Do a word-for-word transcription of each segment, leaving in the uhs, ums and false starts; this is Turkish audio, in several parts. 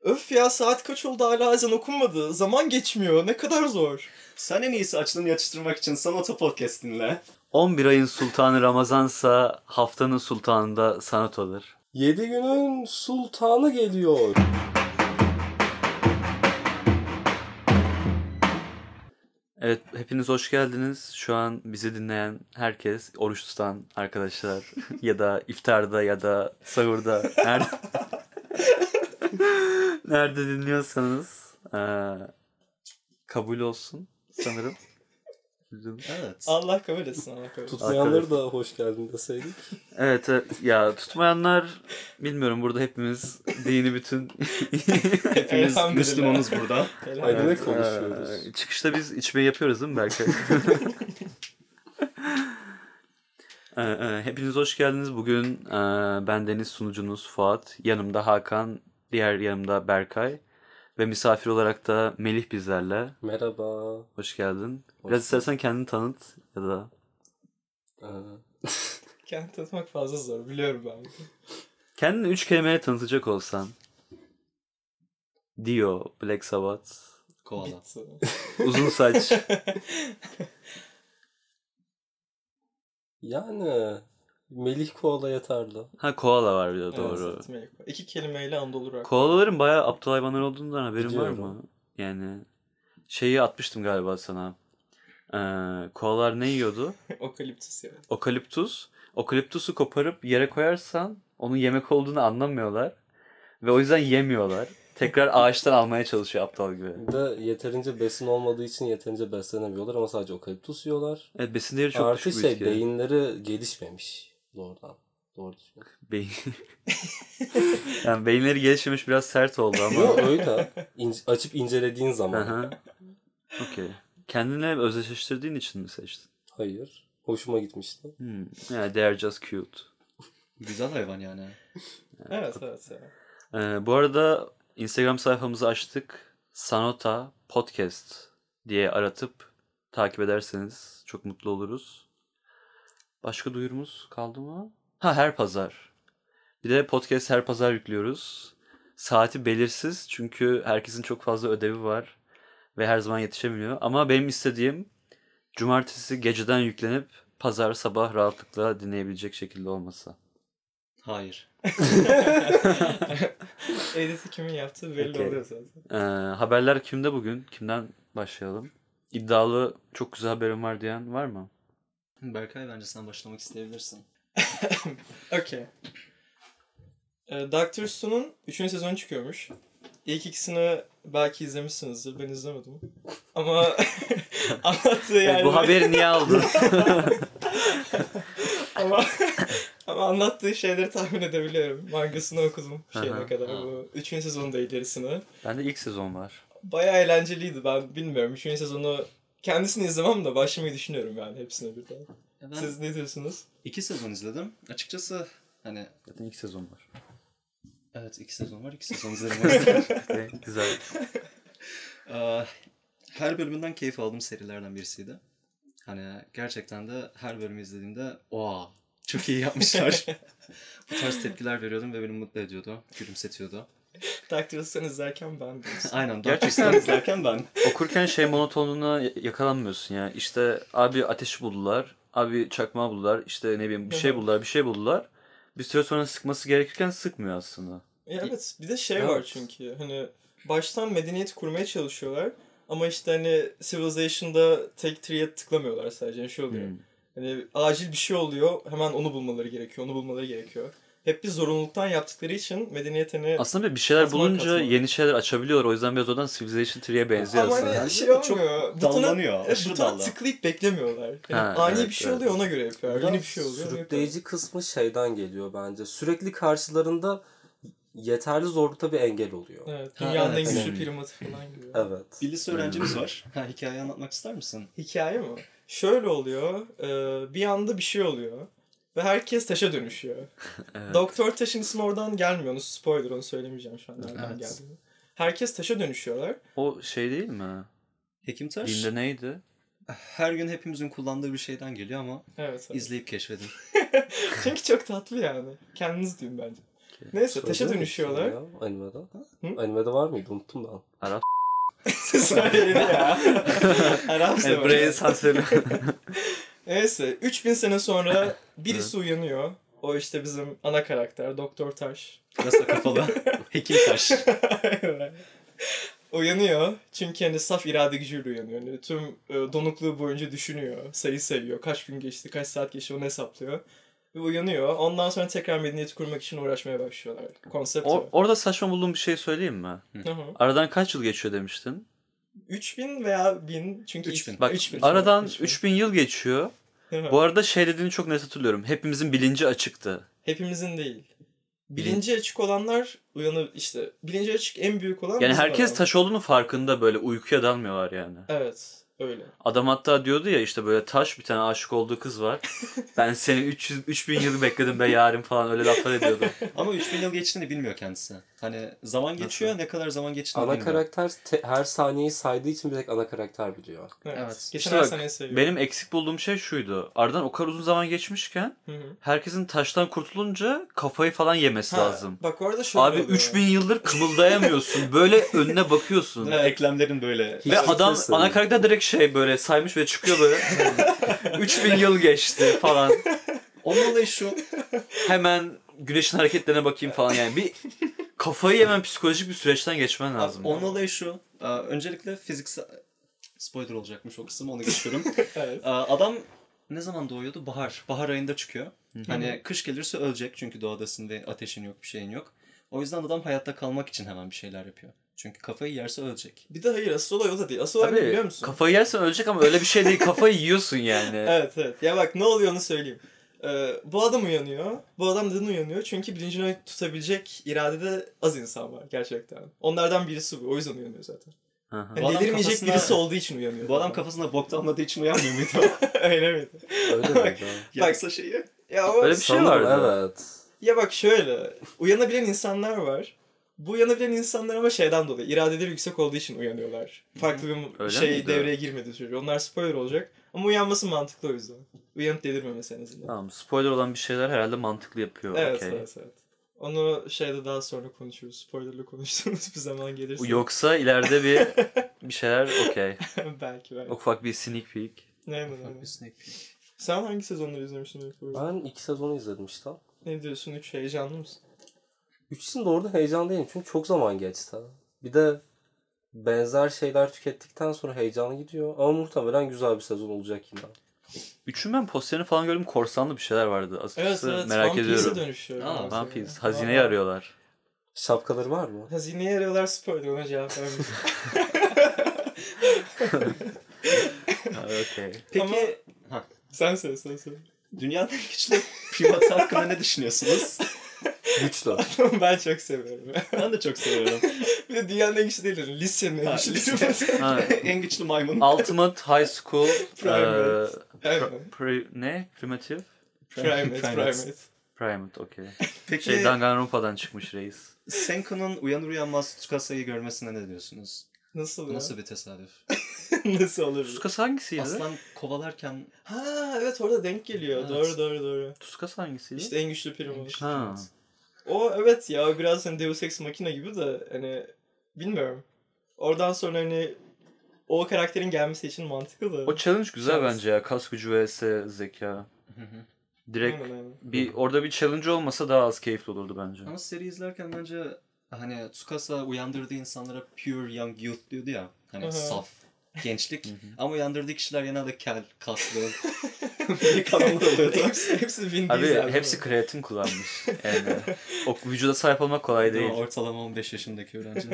Öf ya, saat kaç oldu hala ezan okunmadı. Zaman geçmiyor. Ne kadar zor. Sen en iyisi açlığını yatıştırmak için Sanata Podcast dinle. on bir ayın sultanı Ramazansa haftanın sultanı da Sanato'dur. Yedi günün sultanı geliyor. Evet, hepiniz hoş geldiniz. Şu an bizi dinleyen herkes, oruç tutan arkadaşlar ya da iftarda ya da sahurda nerede, nerede dinliyorsanız ee, kabul olsun sanırım. Evet. Allah kabul etsin. Allah kabul etsin. Tutmayanları da hoş geldin deseydik. Evet, evet ya, tutmayanlar bilmiyorum, burada hepimiz dini bütün Hepimiz Elhamdülillah. Müslümanız burada. Ay, ne Evet, konuşuyoruz? e, çıkışta biz içmeyi yapıyoruz değil mi Berkay? E, e, Hepiniz hoş geldiniz. Bugün e, ben Deniz, sunucunuz Fuat. Yanımda Hakan, diğer yanımda Berkay. Ve misafir olarak da Melih bizlerle. Merhaba. Hoş geldin. Hoş Biraz istersen kendini tanıt ya da... Ee, Kendini tanıtmak fazla zor. Biliyorum ben. Kendini üç kelimeyle tanıtacak olsan. Dio, Black Sabbath, Koala. Bitti. uzun saç. yani Melih Koala yeterli. Ha, koala var bir de, Evet, doğru. evet, Melih. İki kelimeyle Anadolu Rock. Koalaların bayağı aptal hayvanlar olduğundan haberin Biliyorum. var mı? Yani şeyi atmıştım galiba sana. Ee, koalalar ne yiyordu? Okaliptüs yani. Okaliptus. Okaliptusu koparıp yere koyarsan onun yemek olduğunu anlamıyorlar. Ve o yüzden yemiyorlar. Tekrar ağaçtan almaya çalışıyor aptal gibi. Bir de yeterince besin olmadığı için yeterince beslenemiyorlar ama sadece okaliptus yiyorlar. Evet, besin değeri çok Artı düşük bir şey, bitki. beyinleri gelişmemiş doğrudan. Doğru düşünüyorum. Beyin... yani beyinleri gelişmemiş, biraz sert oldu ama. Yok öyle. İnce, açıp incelediğin zaman. Aha. Okey. Kendine özdeşleştirdiğin için mi seçtin? Hayır. Hoşuma gitmişti. Hmm. Yani they are just cute. Güzel hayvan yani. Evet, evet. evet. Ee, bu arada Instagram sayfamızı açtık. Sanota Podcast diye aratıp takip ederseniz çok mutlu oluruz. Başka duyurumuz kaldı mı? Ha, her pazar. Bir de podcast her pazar yüklüyoruz. Saati belirsiz çünkü herkesin çok fazla ödevi var ve her zaman yetişemiyor. Ama benim istediğim cumartesi geceden yüklenip pazar sabah rahatlıkla dinleyebilecek şekilde olması. Hayır. Edit'i kimin yaptığı belli Okay. oluyor zaten. Ee, haberler kimde bugün? Kimden başlayalım? İddialı çok güzel haberim var diyen var mı? Berkay, bence sen başlamak isteyebilirsin. Okey. Ee, Doctor Who'nun üçüncü sezonu çıkıyormuş. İlk ikisini belki izlemişsinizdir. Ben izlemedim. Ama anlattığı yani... Evet, bu haberi niye aldın? ama, ama anlattığı şeyleri tahmin edebiliyorum. Mangasını okudum şeyine Aha. kadar. Bu üçüncü sezonda ilerisini. Bende ilk sezon var. Bayağı eğlenceliydi. Ben bilmiyorum. Üçüncü sezonu kendisini izlemem de başlamayı düşünüyorum yani hepsine birden. Ya ben Siz ne diyorsunuz? iki sezon izledim. Açıkçası hani Zaten ilk sezon var. evet iki sezon var. iki sezon izledim. o yüzden. Okay, güzel. Ee, her bölümünden keyif aldığım serilerden birisiydi. Hani gerçekten de her bölümü izlediğimde oha çok iyi yapmışlar. Bu tarz tepkiler veriyordum ve beni mutlu ediyordu. Gülümsetiyordu. Doctor Who'nu izlerken ben de. Aynen. Gerçekten- Gerçekten izlerken ben. Okurken şey monotonluğuna y- yakalanmıyorsun ya. İşte abi ateşi buldular, abi çakmağı buldular, işte ne bileyim bir şey buldular, bir şey buldular. Bir süre sonra sıkması gerekirken sıkmıyor aslında. Ya evet, bir de şey Evet. var çünkü hani baştan medeniyet kurmaya çalışıyorlar ama işte hani Civilization'da tek tree'ye tıklamıyorlar sadece. Yani şey oluyor. Hmm. Hani acil bir şey oluyor, hemen onu bulmaları gerekiyor, onu bulmaları gerekiyor. Hep bir zorunluluktan yaptıkları için medeniyet hani... Aslında bir şeyler Katman bulunca katman. yeni şeyler açabiliyorlar. O yüzden biraz oradan Civilization tree'ye benziyor Ama aslında. hani şey Çok olmuyor. dallanıyor, Butona, aşırı butona dallan. tıklayıp beklemiyorlar. Yani Ha, ani evet, bir şey evet. oluyor, ona göre yapıyorlar. Biraz Yeni bir şey oluyor, onu yapıyorlar. sürükleyici kısmı şeyden geliyor bence. Sürekli karşılarında yeterli zorlukta bir engel oluyor. Evet, Ha, dünyanın evet. en güçlü Hmm. piramidi falan gibi. Evet. Bir lise öğrencimiz var. Ha, hikaye anlatmak ister misin? Hikaye mi? Şöyle oluyor, e, bir anda bir şey oluyor ve herkes taşa dönüşüyor. Evet. Doktor Taş'ın ismi oradan gelmiyor, onu spoiler, onu söylemeyeceğim şu an nereden Evet. geldiğini. Herkes taşa dönüşüyorlar. O şey değil mi? Hekimtaş Dinde neydi? her gün hepimizin kullandığı bir şeyden geliyor ama Evet, evet. izleyip keşfedin. Çünkü çok tatlı yani. Kendiniz duyun bence. Okey. Neyse taşa Söylüyor dönüşüyorlar. musun ya animede? Hı? Animede var mıydı? Unuttum ben. Arap. Söyledi ya. Arap Evet, burayı sen söyle. Neyse üç bin sene sonra birisi uyanıyor. O işte bizim ana karakter Doktor Taş. Nasıl kafalı? Hekim taş. Uyanıyor. Çünkü hani saf irade gücüyle uyanıyor. Yani tüm e, donukluğu boyunca düşünüyor. Sayı sayıyor. Kaç gün geçti, kaç saat geçti onu hesaplıyor. Ve uyanıyor. Ondan sonra tekrar medeniyeti kurmak için uğraşmaya başlıyorlar. Konsept Or- o. orada saçma bulduğum bir şey söyleyeyim mi? Hı hı. Aradan kaç yıl geçiyor demiştin? üç bin veya bin çünkü üç bin. Bak üç bin. aradan üç bin. üç bin yıl geçiyor. Hı hı. Bu arada şey dediğini çok net hatırlıyorum. Hepimizin bilinci açıktı. Hepimizin değil. Bilinci açık olanlar uyanır işte. Bilinci açık en büyük olan Yani bizim herkes adam. taş olduğunu farkında, böyle uykuya dalmıyorlar yani. Evet. Öyle. Adam hatta diyordu ya işte böyle taş, bir tane aşık olduğu kız var. Ben seni üç yüz üç bin yıl bekledim be yarim falan, öyle laflar ediyordu. Ama üç bin yıl geçtiğini bilmiyor kendisi. Hani zaman geçiyor, Nasıl? ne kadar zaman geçtiğini Ana bilmiyor. karakter te- her saniyeyi saydığı için bir tek ana karakter biliyor. Evet. Evet. Geçen İşte her bak, sene seviyorum. benim eksik bulduğum şey şuydu. Aradan o kadar uzun zaman geçmişken Hı hı. herkesin taştan kurtulunca kafayı falan yemesi Ha, lazım. Bak orada şöyle Abi oluyor. üç bin yıldır kımıldayamıyorsun. Böyle önüne bakıyorsun. Ve eklemlerin böyle. Hiç Ve adam, gitmesin. ana karakter direkt şey böyle saymış ve çıkıyor böyle. üç bin yıl geçti falan. Onun olayı şu. Hemen güneşin hareketlerine bakayım falan yani. Bir kafayı yemen psikolojik bir süreçten geçmen lazım. Onun olayı şu. Aa, Öncelikle fiziksel... Spoiler olacakmış o kısım, onu geçiyorum. Evet. Aa, Adam ne zaman doğuyordu? Bahar. Bahar ayında çıkıyor. Hani kış gelirse ölecek çünkü doğadasın ve ateşin yok, bir şeyin yok. O yüzden adam hayatta kalmak için hemen bir şeyler yapıyor. Çünkü kafayı yerse ölecek. Bir de hayır asıl olay o da değil. Asıl olay ne biliyor Tabii musun? kafayı yersen ölecek ama öyle bir şey değil. Kafayı yiyorsun yani. Evet evet. Ya bak ne oluyor onu söyleyeyim. Ee, bu adam uyanıyor. Bu adam neden uyanıyor? Çünkü bilincini tutabilecek iradede az insan var gerçekten. Onlardan birisi bu. O yüzden uyanıyor zaten. Hı hı. Yani Bu adam delirmeyecek kafasına- birisi olduğu için uyanıyor. Bu adam kafasında bok damladığı için uyanmıyor muydu? Öyle miydi? Öyle miydi? Yaksa şeyi. Ya, o... Öyle bir şey Sanırım vardı. evet. ya bak şöyle. Uyanabilen insanlar var. Bu uyanabilen insanlar ama şeyden dolayı. iradeleri yüksek olduğu için uyanıyorlar. Farklı bir Öyle şey miydi? devreye girmedi sürece. Onlar spoiler olacak. Ama uyanması mantıklı o yüzden. Uyanıp delirmemesi en azından. Tamam, spoiler olan bir şeyler herhalde mantıklı yapıyor. Evet, Okey. evet, evet. Onu şeyde daha sonra konuşuruz. Spoilerlı konuştuğumuz bir zaman gelirse. Yoksa ileride bir bir şeyler okey. belki belki. Ufak bir sneak peek. Aynen Ufak aynen. bir sneak peek. Sen hangi sezonları izlemiştin ilk olarak? Ben iki sezonu izledim işte. Ne diyorsun? Üç heyecanlı mısın? Üç için de orada heyecan değilim çünkü çok zaman geçti. Bir de benzer şeyler tükettikten sonra heyecanı gidiyor. Ama muhtemelen güzel bir sezon olacak yine. Üçün ben posterini falan gördüm, korsanlı bir şeyler vardı. Evet Açıkçası evet. merak One Piece'e ediyorum. dönüşüyor. Aa, mesela. One Piece. Hazineyi Aa. arıyorlar. Şapkaları var mı? Hazineyi arıyorlar, spoiler, ona cevap vermeyeceğim. Ha, okey. Peki Ama- ha, Sen söyle sen söyle. dünyanın en güçlü primatı hakkında ne düşünüyorsunuz? Güçlü. Ben çok seviyorum. Ben de çok seviyorum. Bir de dünyanın en güçlü değil, lisenin en Ha, güçlü lise- primatı. Ha, En güçlü maymun. Ultimate High School Primate. eee, Aynen. pr- pri- ne? Primitive? Primate, primate. Primate, okey. Peki Şey, Danganronpa'dan çıkmış reis. Senku'nun uyanır uyanmaz Tsukasa'yı görmesine ne diyorsunuz? Nasıl ya? Nasıl bir tesadüf? Nasıl olabilir? Tsukasa hangisiydi? Aslan kovalarken Ha evet orada denk geliyor. Evet. Doğru doğru doğru. Tsukasa hangisiydi? İşte en güçlü primat. güçlü Ha. primat. O evet ya o biraz hani Deus Ex Machina gibi de hani bilmiyorum. Oradan sonra hani o karakterin gelmesi için mantıklı da. O challenge güzel Şans. bence ya. Kas gücü vs zeka. Hı hı. Direkt Aynen, aynen. bir orada bir challenge olmasa daha az keyifli olurdu bence. Ama seri izlerken bence hani Tsukasa uyandırdığı insanlara pure young youth diyordu ya. Hani Hı hı. saf, gençlik. Hı hı. Ama uyandırdığı kişiler genelde kel, kaslı, büyük adamlar oluyordu. hepsi, hepsi Vin Abi Diesel. hepsi kreatin kullanmış. Yani o vücuda sahip olmak kolay Değil mi? değil. Ortalama on beş yaşındaki öğrenci.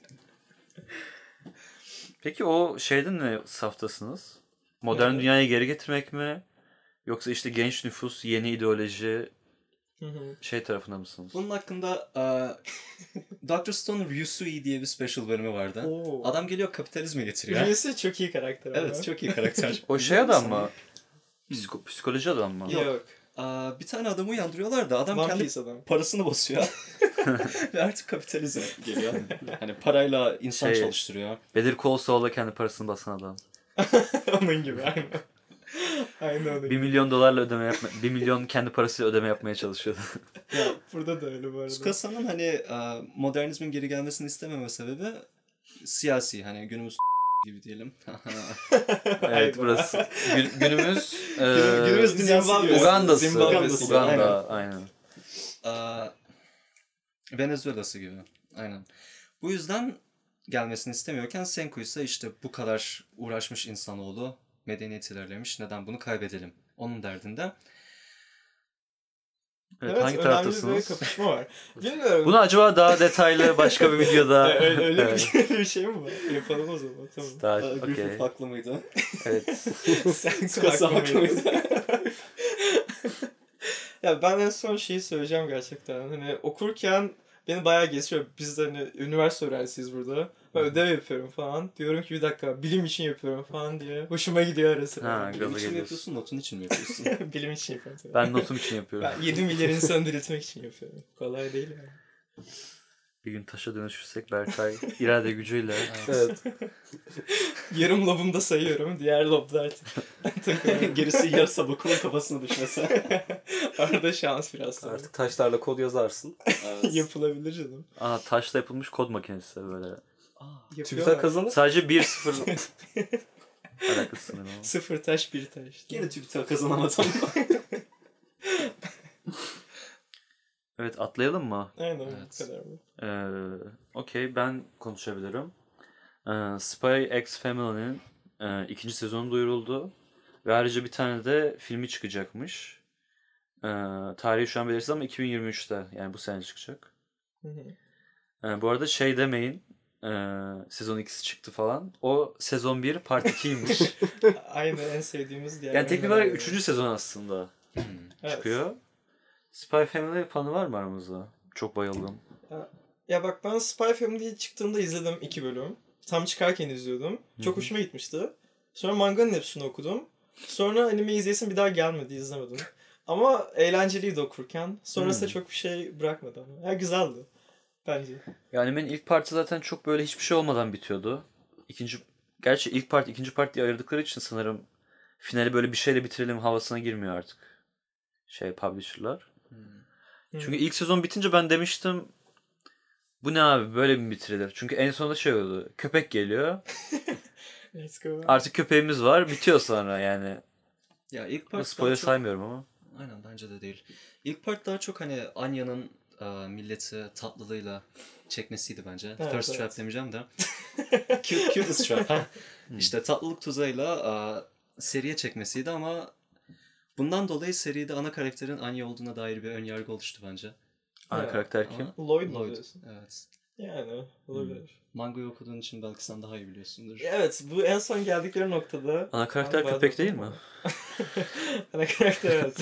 Peki o şeyden ne saftasınız? Modern Evet. dünyayı geri getirmek mi? Yoksa işte genç nüfus, yeni ideoloji Hı hı. şey tarafında mısınız? Bunun hakkında uh, doktor Stone Ryusui diye bir special bölümü vardı. Oo. Adam geliyor kapitalizmi getiriyor. Birisi çok iyi karakter ama. Evet, çok iyi karakter. O şey adam mı? Psiko- psikoloji adam mı? Yok. Yok. Aa, bir tane adamı uyandırıyorlar da adam One kendi Piece adam. parasını basıyor. Ve artık kapitalizm geliyor. Hani parayla insan Şey- çalıştırıyor. Better Call Saul'da kendi parasını basan adam. Onun gibi aynen. Aynen öyle. bir milyon dolarla ödeme yapma, bir milyon kendi parasıyla ödeme yapmaya çalışıyordu. Ya, Burada da öyle bu arada. Tsukasa'nın hani e, modernizmin geri gelmesini istememe sebebi siyasi. Hani günümüz gibi diyelim. Evet, Hayda. burası gün- günümüz e, Günü- günümüz dünyası Zimbabwe. gibi. Uganda'sı. Zimbabwe'si. Uganda, aynen. Aa, Venezuela'sı gibi. Aynen. Bu yüzden gelmesini istemiyorken Senku ise işte bu kadar uğraşmış insanoğlu, medeniyet ilerlemiş, neden bunu kaybedelim? Onun derdinde. Evet, Evet, hangi önemli bir taraftasınız? kapışma var. Bilmiyorum. Bunu acaba daha detaylı başka bir videoda... Ee, öyle, öyle Evet. bir, bir şey mi var? Yapalım o zaman. Tamam. Daha, Aa, Griffith okey. haklı mıydı? Evet. Sen Tsukasa haklı mıydı? Ya ben en son şeyi söyleyeceğim gerçekten. Hani okurken beni bayağı geçiyor. Biz de hani üniversite öğrencisiyiz burada. Ben ödev yapıyorum falan. Diyorum ki bir dakika bilim için yapıyorum falan diye. Hoşuma gidiyor arası. Ha, Bilim gaza için geliyorsun. yapıyorsun, notun için mi yapıyorsun? Bilim için yapıyorum. tabii. Ben notum için yapıyorum. Ben yedi milyar insanı diriltmek için yapıyorum. Kolay değil yani. Bir gün taşa dönüşürsek Berkay irade gücüyle. Evet. Yarım lobumda sayıyorum. Diğer loblar takılıyor. Gerisi yarısa bakunun kafasına düşmese. Arada şans biraz tabii. Artık taşlarla kod yazarsın. Evet. Yapılabilir canım. Aa, taşla yapılmış kod makinesi böyle. Aa, Yapıyorlar. TÜBİTAK kazanır. Sadece bir sıfır alakası sanırım ama. Sıfır taş bir taş. Gene TÜBİTAK kazanamadım. Evet, atlayalım mı? Aynen Evet. bu kadar mı? Ee, Okey, ben konuşabilirim. Ee, Spy X Family'nin e, ikinci sezonu duyuruldu. Ve ayrıca bir tane de filmi çıkacakmış. Ee, tarihi şu an belirsiz ama iki bin yirmi üçte, yani bu sene çıkacak. Hı hı. Ee, bu arada şey demeyin, e, sezon ikisi çıktı falan. O sezon bir part ikiymiş. Aynı en sevdiğimiz diğer Yani teknik oyunlar olarak yani. üçüncü sezon aslında Evet. çıkıyor. Spy Family fanı var mı aramızda? Çok bayıldım. Ya bak ben Spy Family çıktığında izledim iki bölüm. Tam çıkarken izliyordum. Çok Hı hı. hoşuma gitmişti. Sonra manganın hepsini okudum. Sonra anime izleyesim bir daha gelmedi, izlemedim. Ama eğlenceliydi okurken. Sonrasında Hmm. çok bir şey bırakmadı ama. Ya güzeldi. Bence. Yani benim ilk parti zaten çok böyle hiçbir şey olmadan bitiyordu. İkinci, gerçi ilk part, ikinci part diye ayırdıkları için sanırım finali böyle bir şeyle bitirelim havasına girmiyor artık. Şey, publisher'lar. Hı. Çünkü ilk sezon bitince ben demiştim bu ne abi, böyle mi bitirilir? Çünkü en sonunda şey oldu. Köpek geliyor. Let's go. Artık köpeğimiz var. Bitiyor sonra yani. Ya ilk part Spoiler daha çok... saymıyorum ama. Aynen, bence de değil. İlk part daha çok hani Anya'nın e, milleti tatlılığıyla çekmesiydi bence. Evet, Thirst evet. trap demeyeceğim de. Cute, cuteness trap. Ha. İşte tatlılık tuzağıyla e, seriye çekmesiydi ama bundan dolayı seride ana karakterin Anya olduğuna dair bir önyargı oluştu bence. Ana Evet. karakter kim? Ama Lloyd mu Lloyd. diyorsun? Evet. Yani olabilir. Mangayı okuduğun için belki sen daha iyi biliyorsundur. Evet, bu en son geldikleri noktada... Ana karakter Ben köpek bazen- değil mi? Ana karakter evet.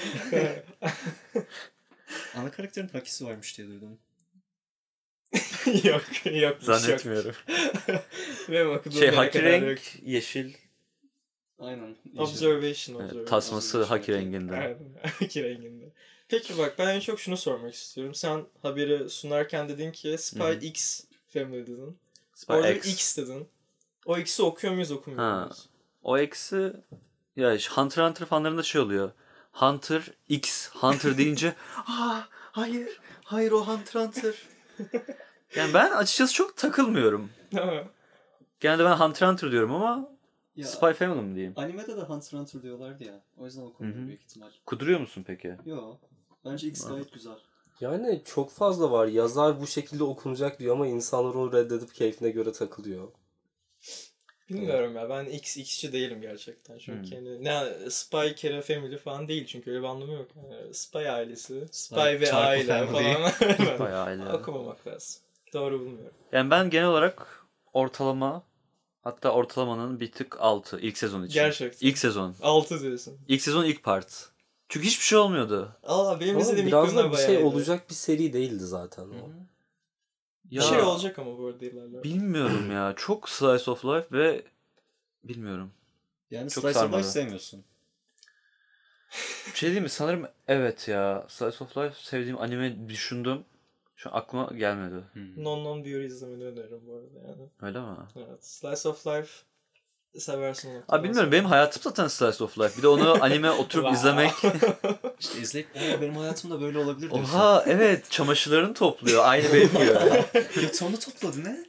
Ana karakterin hakisi varmış diye duydum. yok, yok. Zannetmiyorum. Benim okuduğum Şey, yere haki kadar yok. renk yeşil. Aynen. Observation, Evet, observation. tasması Observation, haki okey. renginde. Aynen, haki renginde. Peki bak ben en çok şunu sormak istiyorum. Sen haberi sunarken dedin ki Spy Hı hı. X Family dedin. Spy Orada X. X dedin. O X'i okuyor muyuz, okumuyor Ha. muyuz? O eksi ya işte Hunter x Hunter fanlarında şey oluyor. Hunter X. Hunter deyince aa hayır. Hayır, o Hunter x Hunter. Yani ben açıkçası çok takılmıyorum. Ama Genelde ben Hunter x Hunter diyorum ama Ya, Spy Family mi diyeyim? animede de Hunter x Hunter diyorlardı ya. O yüzden okumuyor Hı hı. büyük ihtimal. Kuduruyor musun peki? Yo. Bence X gayet güzel. Yani çok fazla var. Yazar bu şekilde okunacak diyor ama insanlar onu reddedip keyfine göre takılıyor. bilmiyorum ya, ben X X'çi değilim gerçekten. Çünkü yani ne Spy kere Family falan değil, çünkü öyle bir anlamı yok. Yani Spy ailesi, Spy Spy ve çarpı aile family. falan. Bayağı aile. Okumamak lazım. Doğru bulmuyorum. Yani ben genel olarak ortalama, hatta ortalamanın bir tık altı ilk sezon için. Gerçekten. İlk sezon. altı diyorsun. İlk sezon ilk part. Çünkü hiçbir şey olmuyordu. Aa benim Ama izlediğim ilk biraz bölümler da bir bayağı şey iyiydi. olacak bir seri değildi zaten o. Bir Ya, şey olacak ama bu arada ilerler. bilmiyorum ya. Çok slice of life ve bilmiyorum. Yani Çok Slice of sarmadı. Life sevmiyorsun. Bir şey diyeyim mi? Sanırım evet ya. Slice of life sevdiğim anime düşündüm. Şu an aklıma gelmedi. Hmm. Non Non Diyor'u izlemeni öneririm bu arada yani. Öyle mi? Evet. Slice of Life seversin onu. Abi bilmiyorum, benim hayatım zaten Slice of Life. Bir de onu anime oturup izlemek. İşte izleyip "Aa, benim hayatım da böyle olabilir" diyorsun. Oha evet, çamaşırlarını topluyor. Aynı benim gibi. Yatağını topladı ne?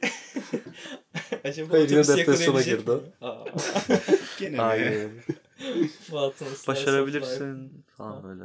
Acaba Hayır, yine otobüs depresyona yakalayabilecek girdi. mi? Aa. Gene mi? Aynen. Walton Slice of Life. Başarabilirsin falan böyle.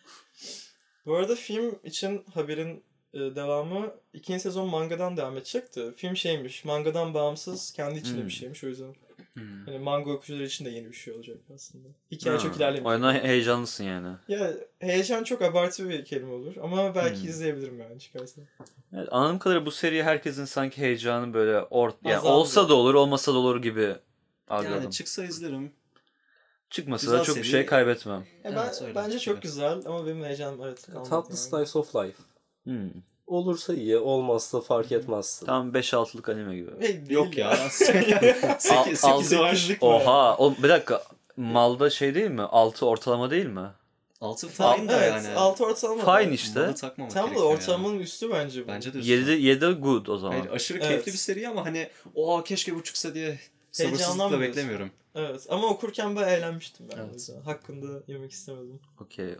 Bu arada film için haberin e, devamı ikinci sezon mangadan devam edecekti. Film şeymiş, mangadan bağımsız, kendi içinde Hmm. bir şeymiş o yüzden. Hmm. Hani manga okuyucuları için de yeni bir şey olacak aslında. Hikaye Ha, çok ilerlemiş. O yüzden heyecanlısın yani. Ya heyecan çok abartı bir kelime olur ama belki Hmm. izleyebilirim yani çıkarsa. Evet, anladığım kadarıyla bu seri herkesin sanki heyecanı böyle ort yani Azaldı. olsa da olur, olmasa da olur gibi algıladım. Yani çıksa izlerim. Çıkmasa güzel da çok seri. bir şey kaybetmem. Ya Evet, ben, öyle. bence çok Evet. güzel ama benim heyecanım evet kalmadı. Tatlı yani. slice of life. Hmm. Olursa iyi, olmazsa fark etmezsin. Tam beş altılık anime gibi. Hey, değil Yok ya. Al- sekiz al- var. Oha, o, bir dakika. Malda şey değil mi? altı ortalama değil mi? altı Tamam, fine da evet, yani. altı ortalama. Fine işte. Malı takmamak Tam da gerekiyor ya. ortalamanın üstü bence bu. Bence de üstü. yedi yedi good o zaman. Hayır, aşırı Evet. keyifli bir seri ama hani o keşke bu çıksa diye sabırsızlıkla Heyecanlanmıyorsun. beklemiyorum. Evet ama okurken bayağı eğlenmiştim ben. Evet. O yüzden. Hakkında yemek istemedim. Okey.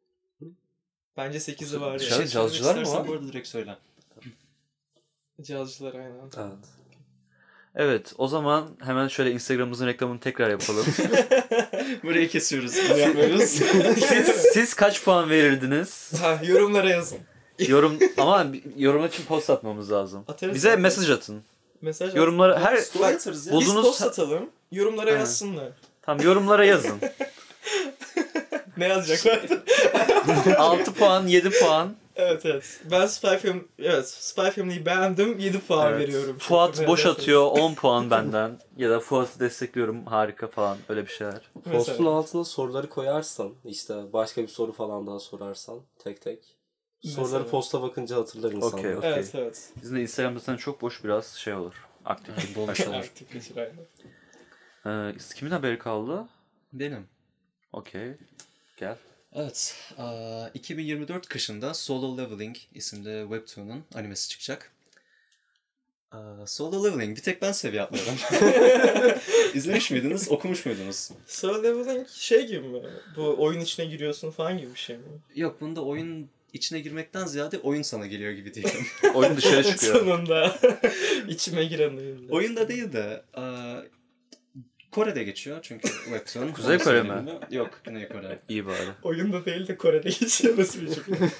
Bence sekizi var Bir Dışarı- ya. şey söylemek cazcılar mı istersen var? bu arada direkt söyle. Cazcılar aynen. Evet. Evet, o zaman hemen şöyle Instagram'ımızın reklamını tekrar yapalım. Burayı kesiyoruz. Bunu yapmıyoruz. siz, siz kaç puan verirdiniz? Ha, yorumlara yazın. Yorum ama yorum için post atmamız lazım. Atarız Bize zaten. mesaj atın. Mesaj at. Yorumlara her Story atarız ya. Bul- Biz Buldunuz- post atalım. Yorumlara Evet. yazsınlar. tam yorumlara yazın. Ne yazacaklar? altı puan, yedi puan. Evet evet. Ben Spy Film, evet Spy Family'yi beğendim. yedi puan Evet. veriyorum. Fuat Çok boş beğendim. atıyor, on puan benden. Ya da Fuat'ı destekliyorum, harika falan, öyle bir şeyler. Mesela. Postun altına soruları koyarsan, işte başka bir soru falan daha sorarsan tek tek. Soruları Mesela. posta bakınca hatırlar insanlar. Okey, okey. Evet evet. Bizim de Instagram'da zaten çok boş, biraz şey olur. Aktif Dolmuş aşağı. olur. Aktif geçir aynen. Ee, kimin haberi kaldı? Benim. Okey. Gel. Evet. eee, iki bin yirmi dört kışında Solo Leveling isimli webtoon'un animesi çıkacak. Eee, Solo Leveling bir tek ben seviye atmıyorum. İzlemiş miydiniz? Okumuş muydunuz? Solo Leveling şey gibi mi? Bu oyun içine giriyorsun falan gibi bir şey mi? Yok, bunda oyun içine girmekten ziyade oyun sana geliyor gibi diyelim. Oyun dışarı çıkıyor. Sonunda. İçime giren oyun. Oyunda değil de eee, Kore'de geçiyor çünkü webtoon. Kuzey Onu Kore mi? söyleyeyim de- Yok, Güney Kore. İyi bari. Oyunda değil de Kore'de geçiyor nasıl bir şey?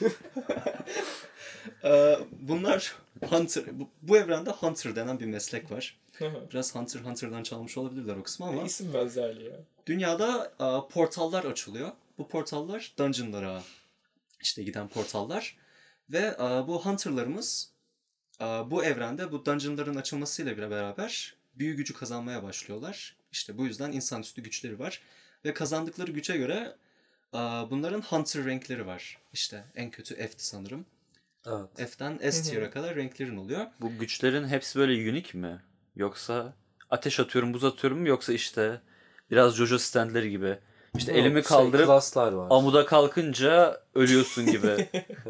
Eee, bunlar Hunter, bu, bu evrende Hunter denen bir meslek var. Biraz Hunter Hunter'dan çalmış olabilirler o kısmı ama İsim benzerliği ya. dünyada e, portallar açılıyor. Bu portallar dungeonlara işte giden portallar ve e, bu Hunter'larımız e, bu evrende bu dungeonların açılmasıyla bir beraber büyü gücü kazanmaya başlıyorlar. İşte bu yüzden insanüstü güçleri var ve kazandıkları güce göre e, bunların Hunter renkleri var. İşte en kötü F'ti sanırım. Evet. F'den S tier'a kadar renklerin oluyor. Bu güçlerin hepsi böyle unique mi? Yoksa ateş atıyorum, buz atıyorum mu? Yoksa işte biraz Jojo standları gibi. İşte Yok, elimi şey, kaldırıp klaslar var. amuda kalkınca ölüyorsun gibi.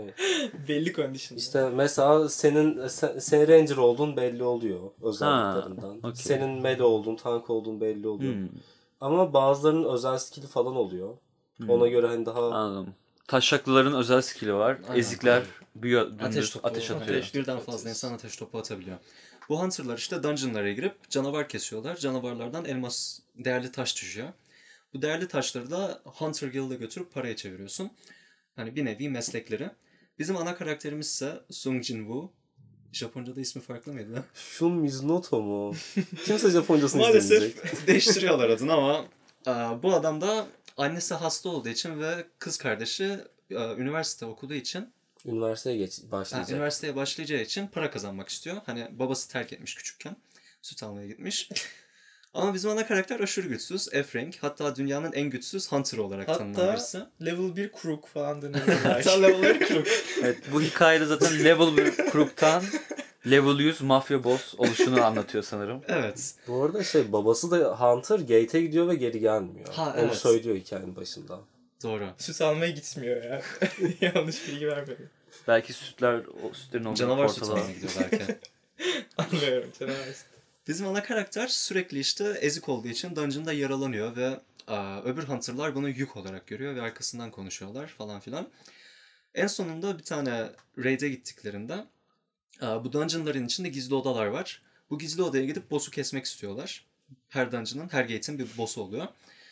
Belli condition. İşte mesela senin sen, senin ranger olduğun belli oluyor özelliklerinden. okey. Senin melee olduğun, tank olduğun belli oluyor. Hmm, Ama bazılarının özel skill'i falan oluyor. hmm. Ona göre hani daha Anladım. Taşaklıların özel skill'i var. Aynen. Ezikler büyü dümdüz Ateş topu. ateş atıyor. Ateş, birden fazla insan ateş topu atabiliyor. Bu Hunter'lar işte dungeonlara girip canavar kesiyorlar. Canavarlardan elmas, değerli taş düşüyor. Bu değerli taşları da Hunter Guild'a götürüp paraya çeviriyorsun. Hani bir nevi meslekleri. Bizim ana karakterimiz ise Sung Jin-woo. Japonca'da ismi farklı mıydı? Shun Mizunoto mu? Kimse Japoncasını izlemeyecek. Maalesef değiştiriyorlar adını ama e, bu adam da annesi hasta olduğu için ve kız kardeşi e, üniversite okuduğu için Üniversiteye geç Ha, başlayacak. üniversiteye başlayacağı için para kazanmak istiyor. Hani babası terk etmiş küçükken. Süt almaya gitmiş. Ama bizim ana karakter aşırı güçsüz. F rank. Hatta dünyanın en güçsüz Hunter olarak tanınan Hatta birisi. level bir crook falan deniyor. Hatta level bir crook. Evet, bu hikayede zaten level bir crook'tan level yüz mafya boss oluşunu anlatıyor sanırım. Evet. Bu arada şey babası da Hunter gate'e gidiyor ve geri gelmiyor. Ha, Onu evet. söylüyor hikayenin başında. Doğru. Süt almaya gitmiyor ya. Yanlış bilgi vermedim. Belki sütler, o sütlerin olduğu Canavar süt portala. almaya gidiyor belki. Anlıyorum. Canavar süt. Bizim ana karakter sürekli işte ezik olduğu için dungeon'da yaralanıyor ve aa, öbür hunter'lar bunu yük olarak görüyor ve arkasından konuşuyorlar falan filan. En sonunda bir tane raid'e gittiklerinde aa, bu dungeon'ların içinde gizli odalar var. Bu gizli odaya gidip boss'u kesmek istiyorlar. Her dungeon'ın, her gate'in bir boss'u oluyor.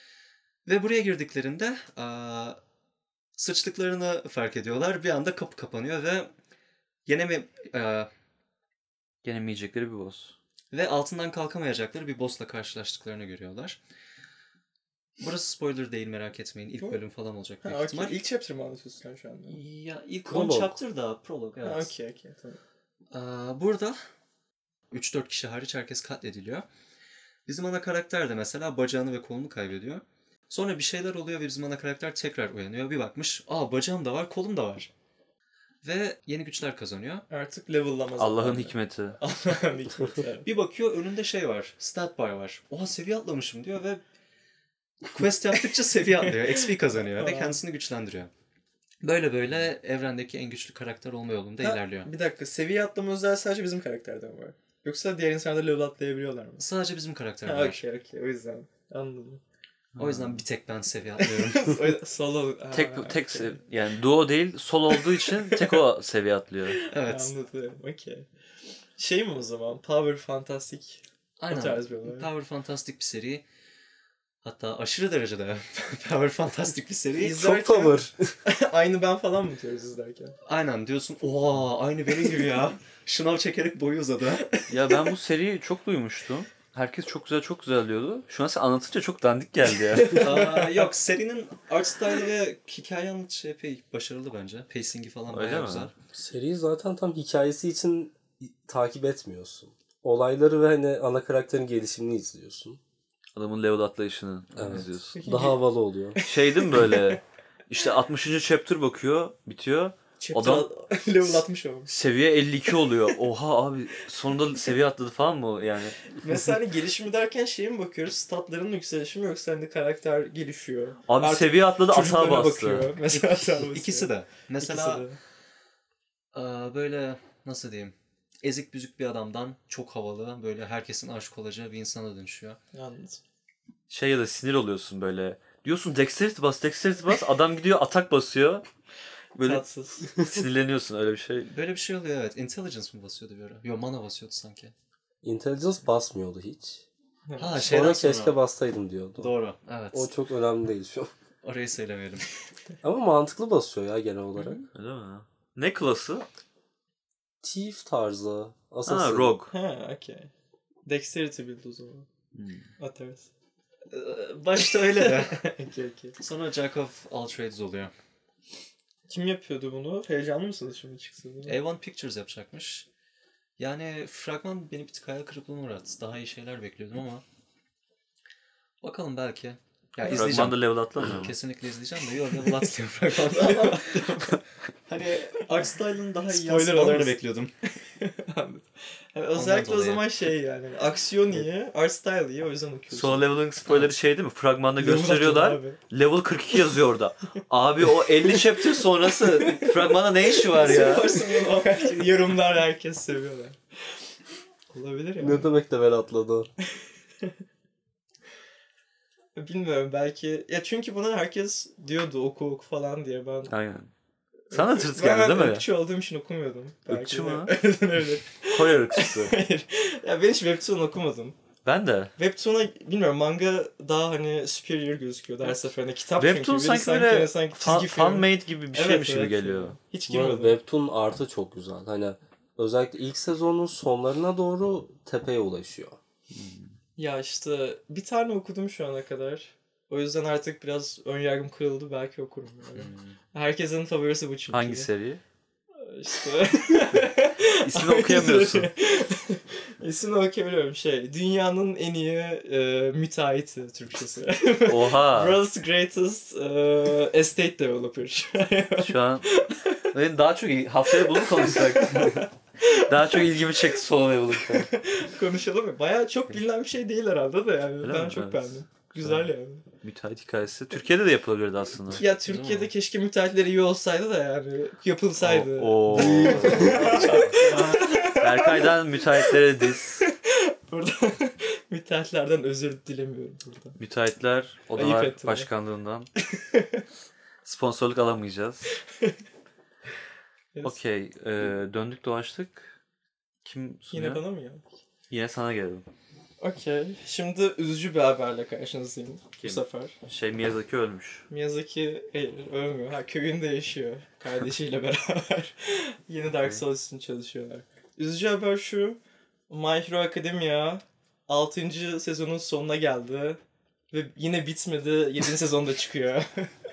Ve buraya girdiklerinde aa, sıçtıklarını fark ediyorlar. Bir anda kapı kapanıyor ve yeneme, aa, Yenemeyecekleri bir boss. ve altından kalkamayacakları bir boss'la karşılaştıklarını görüyorlar. Burası spoiler değil, merak etmeyin. İlk bölüm falan olacak büyük Ha, ihtimal. okay. İlk chapter mı anlatıyorsun sen şu anda? Ya ilk Prolog. on chapter da prolog, evet. Ha, okey okey tamam. Aa, burada üç dört kişi hariç herkes katlediliyor. Bizim ana karakter de mesela bacağını ve kolunu kaybediyor. Sonra bir şeyler oluyor ve bizim ana karakter tekrar uyanıyor. Bir bakmış, aa bacağım da var, kolum da var. Ve yeni güçler kazanıyor. Artık level'lama Allah'ın zamanı. hikmeti. Allah'ın hikmeti. Evet. Bir bakıyor önünde şey var, stat bar var. Oha seviye atlamışım diyor ve quest yaptıkça seviye atlıyor, X P kazanıyor ve kendisini güçlendiriyor. Böyle böyle evrendeki en güçlü karakter olma yolunda Ha, ilerliyor. Bir dakika, seviye atlama özelliği sadece bizim karakterden var. Yoksa diğer insanlar da level atlayabiliyorlar mı? Sadece bizim karakter Ha var. okey okey, o yüzden anladım. O yüzden bir tek ben seviye atlıyorum. O yüzden Solo... Ha, Tek tek okey. sev- yani duo değil, solo olduğu için tek o seviye atlıyor. Evet. Anladım, okey. Şey mi o zaman? Power Fantastic o Aynen. tarz bir olay. Power Fantastic bir seri. Hatta aşırı derecede Power Fantastic bir seri. İzlerken- Çok power. Aynı ben falan mı diyoruz izlerken? Aynen diyorsun. Oha aynı benim gibi ya. Şınav çekerek boyu uzadı. Ya ben bu seriyi çok duymuştum. Herkes çok güzel çok güzel diyordu. Şu an sen anlatınca çok dandik geldi ya. Aa, yok serinin art style ve hikaye anlatışı epey başarılı bence. Pacing'i falan Öyle bayağı mi? güzel. Seriyi zaten tam hikayesi için takip etmiyorsun. Olayları ve hani ana karakterin gelişimini izliyorsun. Adamın level atlayışını Evet. izliyorsun. Peki, Daha havalı oluyor. Şey değil mi böyle? İşte altmışıncı chapter bakıyor, bitiyor. Chapter Adam- level atmış olmuş. Seviye elli iki oluyor. Oha abi sonunda seviye atladı falan mı yani? Mesela hani gelişimi derken şeye mi bakıyoruz? Statların yükselişi mi yoksa hani karakter gelişiyor? Abi Artık seviye atladı atağa Çocuklarına bastı. bakıyor. Mesela atağa basıyor. İkisi de. Mesela İkisi de. aa, böyle nasıl diyeyim? Ezik büzük bir adamdan çok havalı, böyle herkesin aşık olacağı bir insana dönüşüyor. Anladım. Şey ya da sinir oluyorsun böyle. Diyorsun dexterity bas, dexterity bas. Adam gidiyor atak basıyor. Böyle Tatsız. sinirleniyorsun öyle bir şey. Böyle bir şey oluyor evet. Intelligence mi basıyordu bir ara? Yok mana basıyordu sanki. Intelligence basmıyordu hiç. Ha şeyden Sonra sonra. keşke bassaydım diyordu. Doğru. Evet. O çok önemli değil şu an. Orayı söylemeyelim. Ama mantıklı basıyor ya genel olarak. Öyle mi? Ne klası? Thief tarzı. Ha Assassin. rogue. Ha okey. Dexterity build o zaman. Hmm. Atarız. Ee, Başta öyle de. okey okey. Sonra Jack of all trades oluyor. Kim yapıyordu bunu? Heyecanlı mısınız şimdi çıksın? A one Pictures yapacakmış. Yani fragman beni bir tık hayal kırıklığına uğrattı. Daha iyi şeyler bekliyordum ama. Bakalım belki. Ya izleyeceğim. Fragmanda level atlamıyor mu? Kesinlikle izleyeceğim de yok level atlıyor fragmanda. hani art style'ın daha iyi Spoiler yansımalarını olmasın. bekliyordum. Anladım. Yani özellikle o dolayı. zaman şey yani aksiyon iyi, art style iyi o yüzden okuyorsun. Solo leveling spoiler'ı şey değil mi? Fragmanda Level gösteriyorlar. atıyor abi. Level kırk iki yazıyor orada. Abi o elli chapter sonrası fragmanda ne işi var ya? Yaparsın bunu o yorumlar herkes seviyorlar. Olabilir ya. Ne demek level atladı? Bilmiyorum belki. Ya çünkü buna herkes diyordu oku oku falan diye ben. Aynen. Sana tırt Ben, geldi ben değil mi? ırkçı olduğum için okumuyordum. Belki Irkçı de. mı? Evet öyle. Kore ırkçısı. Hayır. Ya ben hiç webtoon okumadım. Ben de. Webtoon'a bilmiyorum manga daha hani superior gözüküyordu her seferinde. Kitap Webtoon çünkü. biri sanki böyle hani sanki Fan, çizgi film. fan-made gibi bir Evet, şeymiş gibi evet. geliyor. Hiç Bu arada girmedim. Webtoon artı çok güzel. Hani özellikle ilk sezonun sonlarına doğru tepeye ulaşıyor. Ya işte bir tane okudum şu ana kadar. O yüzden artık biraz önyargım kırıldı. Belki okurum yani. Herkesin favorisi bu çünkü. Hangi seri? İşte. İsmini okuyamıyorsun. İsmini okuyabiliyorum. Şey, dünyanın en iyi e, müteahhiti Türkçesi. Oha. World's greatest e, estate developer. Şu an benim daha çok il- haftaya bunu konuşsak. Daha çok ilgimi çekti solo leveling'da. Konuşalım mı? Bayağı çok bilinen bir şey değil herhalde de yani. Öyle ben mi? çok Evet. beğendim. Güzel yani. Müteahhit hikayesi. Türkiye'de de yapılabilirdi aslında. Ya Türkiye'de keşke müteahhitler iyi olsaydı da yani yapılsaydı. Oo. Berkay'dan müteahhitlere diz. Burada müteahhitlerden özür dilemiyorum burada. Müteahhitler Ayıp Odalar ettiler. Başkanlığından sponsorluk alamayacağız. Yes. Okey. e, döndük dolaştık. Kim sunuyor? Yine bana mı ya? Yine sana gelelim. Okey. Şimdi üzücü bir haberle karşınızdayım Kim? bu sefer. Şey Miyazaki ölmüş. Miyazaki hayır, ölmüyor. Ha, köyünde yaşıyor. Kardeşiyle beraber. Yeni Dark Souls için çalışıyorlar. Üzücü haber şu. My Hero Academia altıncı sezonun sonuna geldi. Ve yine bitmedi. yedinci sezonda çıkıyor.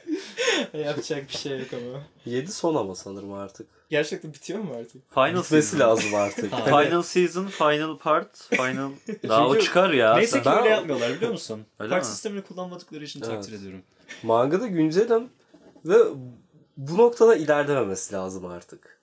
Yapacak bir şey yok ama. yedi son ama sanırım artık. Gerçekten bitiyor mu artık? Final Bitmesi season. lazım artık. Final season, final part, final... Daha o Çünkü çıkar ya. Neyse Sen- ki öyle Ben- yapmıyorlar biliyor musun? Öyle Part mi? sistemini kullanmadıkları için Evet. takdir ediyorum. Mangada güncelim ve bu noktada ilerlememesi lazım artık.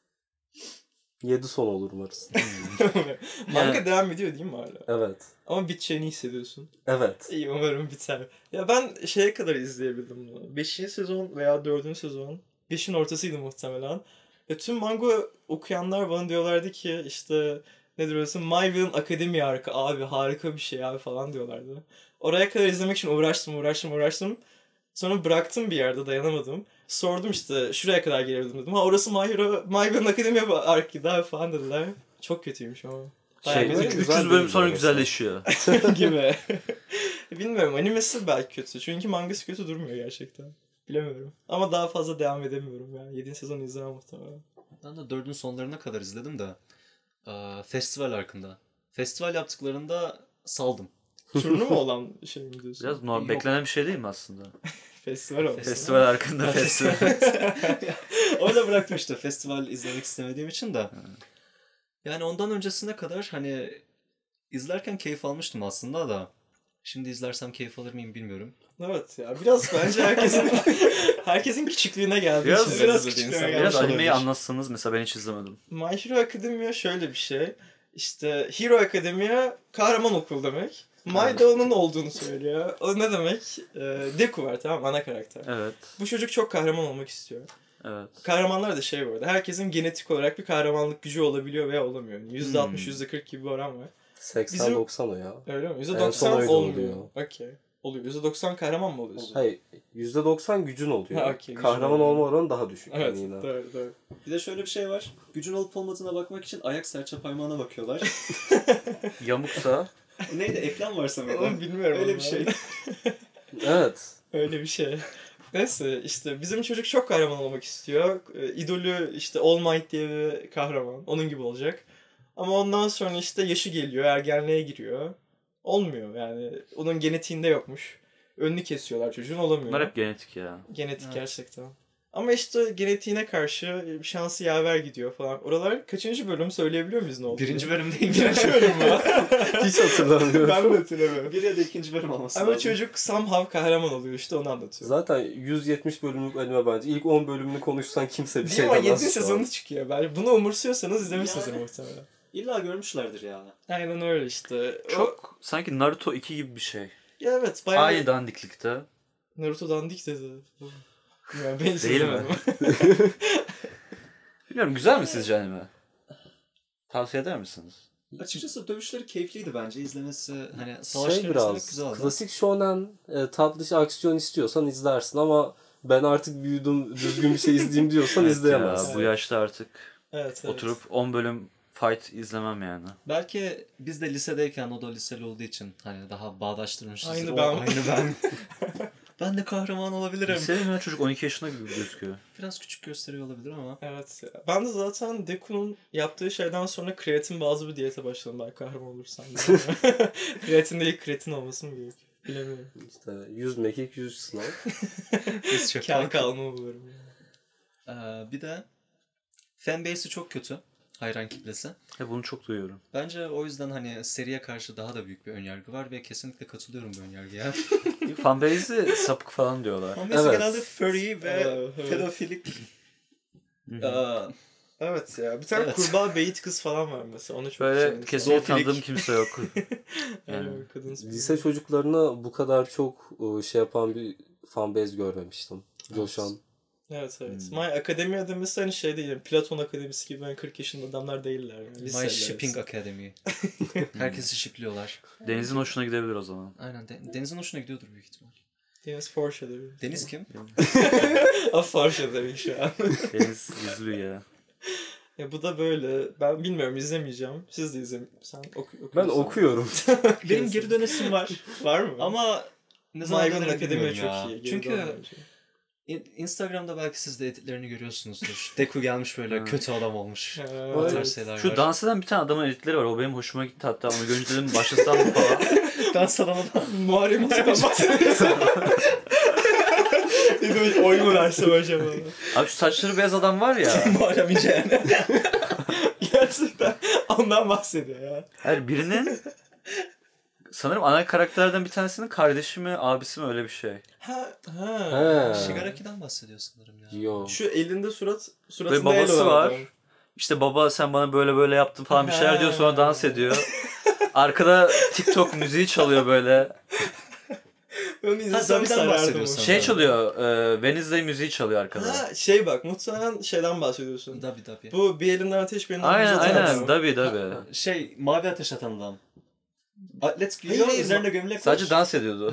yedi son olur umarız. Manga Yani- devam ediyor değil mi hala? Evet. Ama biteceğini hissediyorsun. Evet. İyi umarım biter. Ya ben şeye kadar izleyebildim bunu. beşinci sezon veya dördüncü sezon. beşin ortasıydı muhtemelen. Ve tüm manga okuyanlar bana diyorlardı ki işte ne diyorsun My Villain Academy arka abi harika bir şey abi falan diyorlardı. Oraya kadar izlemek için uğraştım uğraştım uğraştım. Sonra bıraktım bir yerde dayanamadım. Sordum işte şuraya kadar gelebildim dedim. Ha orası My Hero, My Villain Academy arkaydı abi falan dediler. Çok kötüymüş ama. Bayağı Şey, kötü. üç- üç güzel yüz bölüm değil sonra mi güzelleşiyor. gibi. Bilmiyorum animesi belki kötü. Çünkü mangası kötü durmuyor gerçekten. Bilemiyorum. Ama daha fazla devam edemiyorum yani. yedinci sezonu izlemem muhtemelen. Ben de dördün sonlarına kadar izledim de eee, festival arkında. Festival yaptıklarında saldım. Turnuva olan şey mi diyorsun? Biraz normal, Yok. beklenen bir şey değil mi aslında? Festival olsun. Festival hakkında festival. Orada bıraktım işte festival izlemek istemediğim için de. Yani ondan öncesine kadar hani izlerken keyif almıştım aslında da. Şimdi izlersem keyif alır mıyım bilmiyorum. Evet ya biraz bence herkesin herkesin küçüklüğüne geldiği Biraz- için biraz izlediği küçüklüğüne insanlar. gelmiş Biraz olabilir. animeyi anlatsanız mesela ben hiç izlemedim. My Hero Academia şöyle bir şey. İşte Hero Academia kahraman okul demek. My Evet. de onun olduğunu söylüyor. O ne demek? Ee, Deku var tamam mı? Ana karakter. Evet. Bu çocuk çok kahraman olmak istiyor. Evet. Kahramanlar da şey bu arada. Herkesin genetik olarak bir kahramanlık gücü olabiliyor veya olamıyor. Yani yüzde altmış Hmm. yüzde kırk gibi bir oran var. seksen doksan o ya. Öyle mi? En yüzde son doksan öyle olmuyor. oluyor. Okey. Oluyor. yüzde doksan kahraman mı oluyorsun? Hayır. yüzde doksan gücün oluyor. Ha, okey, gücün Kahraman oluyor. olma oranı daha düşük. Evet. yani yine. Doğru doğru. Bir de şöyle bir şey var. Gücün olup olmadığına bakmak için ayak serçe parmağına bakıyorlar. Yamuksa Neydi? Eklem varsa Onu mıydı? bilmiyorum. Öyle ama. bir şey. Evet. Öyle bir şey. Neyse işte bizim çocuk çok kahraman olmak istiyor. Ee, İdolü işte All Might diye bir kahraman. Onun gibi olacak. Ama ondan sonra işte yaşı geliyor. Ergenliğe giriyor. Olmuyor yani. Onun genetiğinde yokmuş. Önünü kesiyorlar çocuğun olamıyor. bunlar hep genetik ya. Genetik Evet. gerçekten. Ama işte genetiğine karşı şansı yaver gidiyor falan. Oralar kaçıncı bölüm söyleyebiliyor muyuz ne oldu? Birinci bölümdeyim. Birinci bölüm mü? Hiç hatırlamıyorum. Ben de hatırlamıyorum. Bir ya da ikinci bölüm olması Ama lazım. çocuk somehow kahraman oluyor işte onu anlatıyor. Zaten yüz yetmiş bölümlük anime bence. İlk on bölümünü konuşsan kimse bir Değil şey mi? demez. yedinci şu an. sezonu çıkıyor. Ben bunu umursuyorsanız izlemişsinizdir Ya. muhtemelen. İlla görmüşlerdir ya. Aynen öyle işte. O- Çok sanki Naruto iki gibi bir şey. Ya evet bayağı Aynı dandiklikte. Naruto dandik dedi. Ya ben hiç Değil mi? izlemedim. Bilmiyorum güzel mi sizce anime? Tavsiye eder misiniz? Açıkçası dövüşleri keyifliydi bence. İzlemesi hani savaşları Şey izlemek biraz güzeldi. klasik shonen e, tatlış aksiyon istiyorsan izlersin ama ben artık büyüdüm düzgün bir şey izleyeyim diyorsan Evet izleyemezsin. ya, bu yaşta artık Evet, evet. oturup on bölüm fight izlemem yani. Belki biz de lisedeyken o da liseli olduğu için hani daha bağdaştırmışız. Aynı O, ben. Aynı ben. Ben de kahraman olabilirim. Liseli mi çocuk on iki yaşında gibi gözüküyor. Biraz küçük gösteriyor olabilir ama. Evet ya. Ben de zaten Deku'nun yaptığı şeyden sonra kreatin bazlı bir diyete başladım ben kahraman olursam. Kreatin değil kreatin olması mı gerek? Bilemiyorum. İşte yüz mekik yüz sınav. Biz çok Kel kalma buluyorum. Ee, bir de fanbase'i çok kötü. Hayran kitlesi. Ya bunu çok duyuyorum. Bence o yüzden hani seriye karşı daha da büyük bir önyargı var ve kesinlikle katılıyorum bu önyargıya. Fanbase'i sapık falan diyorlar. Fanbase Evet. genelde furry ve Evet, evet. pedofilik. Hı hı. Ee, Evet ya. Bir tane Evet. kurbağa beyit kız falan var mesela. Onu çok Böyle seviyorum. kesinlikle Zoofilik. tanıdığım kimse yok. Yani Yani. kadın Lise çocuklarına bu kadar çok e, şey yapan bir fanbase görmemiştim. Coşan. Evet evet. Hmm. My Academia demesi hani şey değil. Yani Platon Akademisi gibi yani kırk yaşında adamlar değiller. Yani. My Liseler Shipping arası. Academy. Herkesi shipliyorlar. Deniz'in hoşuna gidebilir o zaman. Aynen. De- Deniz'in hoşuna gidiyordur büyük ihtimal. Deniz foreshadowing. Deniz kim? Ah foreshadowing şu an. Deniz izliyor ya. Ya bu da böyle. Ben bilmiyorum izlemeyeceğim. Siz de izleyin. Sen oku Ben okuyorsun. okuyorum. Benim geri dönesim var. Var mı? Ama ne zaman My Gun dönerim Academia bilmiyorum çok ya. iyi. Geri Çünkü dönmeyince. in- Instagram'da belki siz de editlerini görüyorsunuzdur. Deku gelmiş böyle Ha. kötü adam olmuş. Ha, O evet. tarz şeyler Şu var. dans eden bir tane adamın editleri var. O benim hoşuma gitti hatta. Onu görünce dedim başlasam mı falan. dans adamı da. Muharrem İnce'den bahsediyorsun. Dedim oy mu versem acaba? Abi şu saçları beyaz adam var ya. Muharrem İnce yani. Gerçekten ondan bahsediyor ya. Her birinin sanırım ana karakterlerden bir tanesinin kardeşi mi abisi mi öyle bir şey. Ha, ha. He. Shigaraki'den bahsediyor sanırım ya. Yo. Şu elinde surat suratında Ve el babası olan var. adam. İşte baba sen bana böyle böyle yaptın falan bir şeyler diyor sonra Ha. dans ediyor. Arkada TikTok müziği çalıyor böyle. Onu Ha, izlesem Zabi'den sarardım. bahsediyorsun. Şey çalıyor, e, Wednesday müziği çalıyor arkada. Ha şey bak muhtemelen şeyden bahsediyorsun. Dabi dabi. Bu bir elinden ateş bir elinden Aynen buz atan aynen, adam. tabii tabii. Şey mavi ateş atan adam. Atlet Hayır, giyiyor hayır, üzerine gömlek var. Sadece dans ediyordu.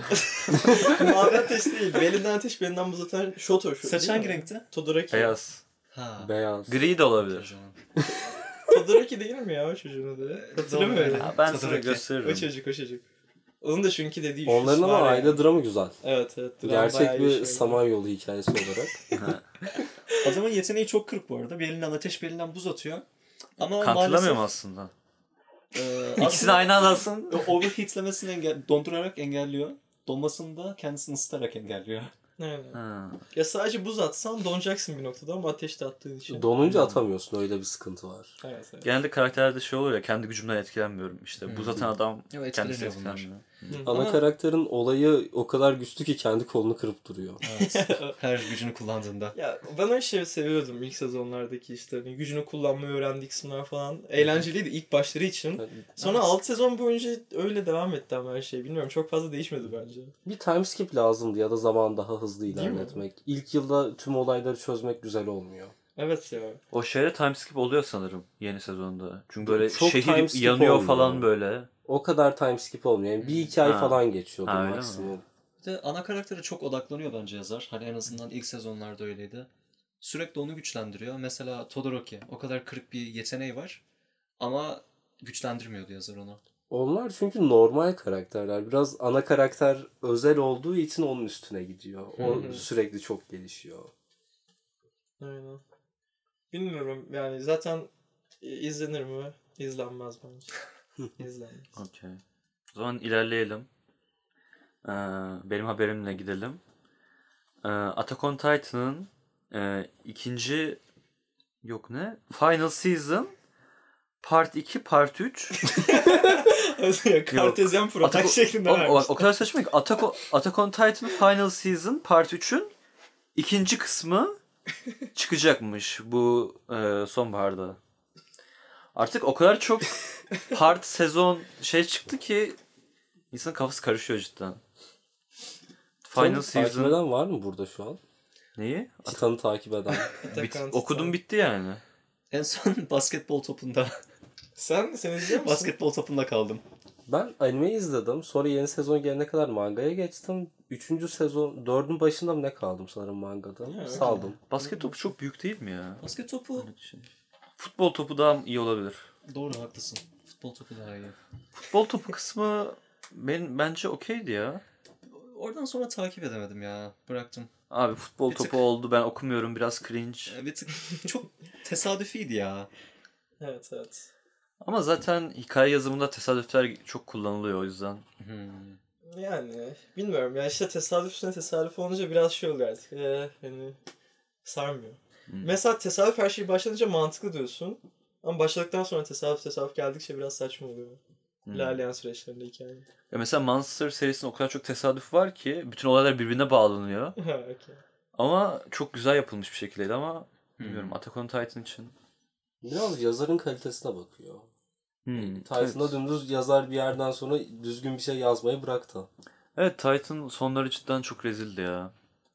Mavi ateş değil. Bir elinden ateş bir elinden buz atan Shoto şu. Saç değil hangi mi? renkti? Todoroki. Beyaz. Ha. Beyaz. Gri de olabilir. Todoroki değil mi ya o çocuğun adı? Hatırlamıyor musun? Ha, ben sana Todoroki. O gösteririm. çocuk o çocuk. Onun da çünkü dediği Onların şusu ama var aile yani. dramı güzel. Evet evet. dram bayağı Gerçek iyi bir şey. Samanyolu hikayesi olarak. Adamın yeteneği çok kırık bu arada. Bir elinden ateş bir elinden buz atıyor. Ama Kanıtlamıyorum maalesef aslında. e, İkisini aslında aynı anda alsın. o overheatlemesini engel dondurarak engelliyor. Donmasını da kendisini ısıtarak engelliyor. Aynen. Ha. Ya sadece buz atsan donacaksın bir noktada ama ateşte attığın için. Donunca atamıyorsun, öyle bir sıkıntı var. Evet evet. Genelde karakterlerde şey oluyor ya, kendi gücümden etkilenmiyorum işte. Buz atan adam Evet, kendisi etkileniyor bunlar. etkilenmiyor. Hı. Ana Ama- karakterin olayı o kadar güçlü ki kendi kolunu kırıp duruyor. Evet. Her gücünü kullandığında. Ya ben o şeyi seviyordum ilk sezonlardaki işte hani gücünü kullanmayı öğrendiği kısımlar falan. Eğlenceliydi ilk başları için. Sonra Evet. altı sezon boyunca öyle devam etti ama her şey. Bilmiyorum çok fazla değişmedi bence. Bir time skip lazımdı ya da zaman daha hızlı Değil mi? ilerletmek. İlk yılda tüm olayları çözmek güzel olmuyor. Evet ya. O şeyde time skip oluyor sanırım yeni sezonda. Çünkü böyle Çok time şehir skip yanıyor olmuyor. falan böyle. O kadar time skip olmuyor. Yani bir iki ay Ha. falan geçiyordu Ha, öyle mi? maksimum. Bir de ana karaktere çok odaklanıyor bence yazar. Hani en azından ilk sezonlarda öyleydi. Sürekli onu güçlendiriyor. Mesela Todoroki. O kadar kırık bir yeteneği var. Ama güçlendirmiyordu yazar onu. Onlar çünkü normal karakterler. Biraz ana karakter özel olduğu için onun üstüne gidiyor. O Hı hı. sürekli çok gelişiyor. Aynen. Bilmiyorum yani zaten izlenir mi? İzlenmez bence. İzlenmez. Okey. O zaman ilerleyelim. Ee, benim haberimle gidelim. Ee, Attack on Titan'ın e, ikinci yok ne? Final Season Part iki, Part üç. ya, Kartezyen protak Attack- şeklinde Oğlum, o, vermiş. o kadar saçma ki Attack on, Attack on Titan Final Season Part üçün ikinci kısmı çıkacakmış bu e, sonbaharda. Artık o kadar çok part sezon şey çıktı ki insanın kafası karışıyor cidden. Final Titan'ı takip Season eden var mı burada şu an? neyi? Titan'ı takip eden. Attack Bit- on okudum Titan. bitti yani. En son basketbol topunda. Sen, sen izliyor musun? basketbol topunda kaldım. Ben anime izledim. Sonra yeni sezon gelene kadar mangaya geçtim. Üçüncü sezon, dördün başında mı ne kaldım sanırım mangada. Ya, Saldım. Basket topu çok büyük değil mi ya? Basket topu Onun için. Futbol topu daha iyi olabilir. doğru haklısın. Futbol topu daha iyi. Futbol topu kısmı ben bence okeydi ya. Oradan sonra takip edemedim ya. Bıraktım. Abi futbol Bir topu tık- oldu, ben okumuyorum, biraz cringe. Ee, Bir tık çok tesadüfiydi ya. Evet evet. Ama zaten hikaye yazımında tesadüfler çok kullanılıyor o yüzden. Hmm. Yani bilmiyorum ya işte tesadüf üstüne tesadüf olunca biraz şey oluyor artık. Ee, hani sarmıyor. Hmm. Mesela tesadüf her şey başlanınca mantıklı diyorsun. Ama başladıktan sonra tesadüf tesadüf geldikçe biraz saçma oluyor. Hmm. İlerleyen süreçlerinde hikaye. Ya mesela Monster serisinde o kadar çok tesadüf var ki bütün olaylar birbirine bağlanıyor. Ha, okey. Ama çok güzel yapılmış bir şekildeydi ama bilmiyorum Hmm. Attack on Titan için. Biraz yazarın kalitesine bakıyor. Hmm. Titan'da Evet. dümdüz yazar bir yerden sonra düzgün bir şey yazmayı bıraktı. Evet, Titan sonları cidden çok rezildi ya.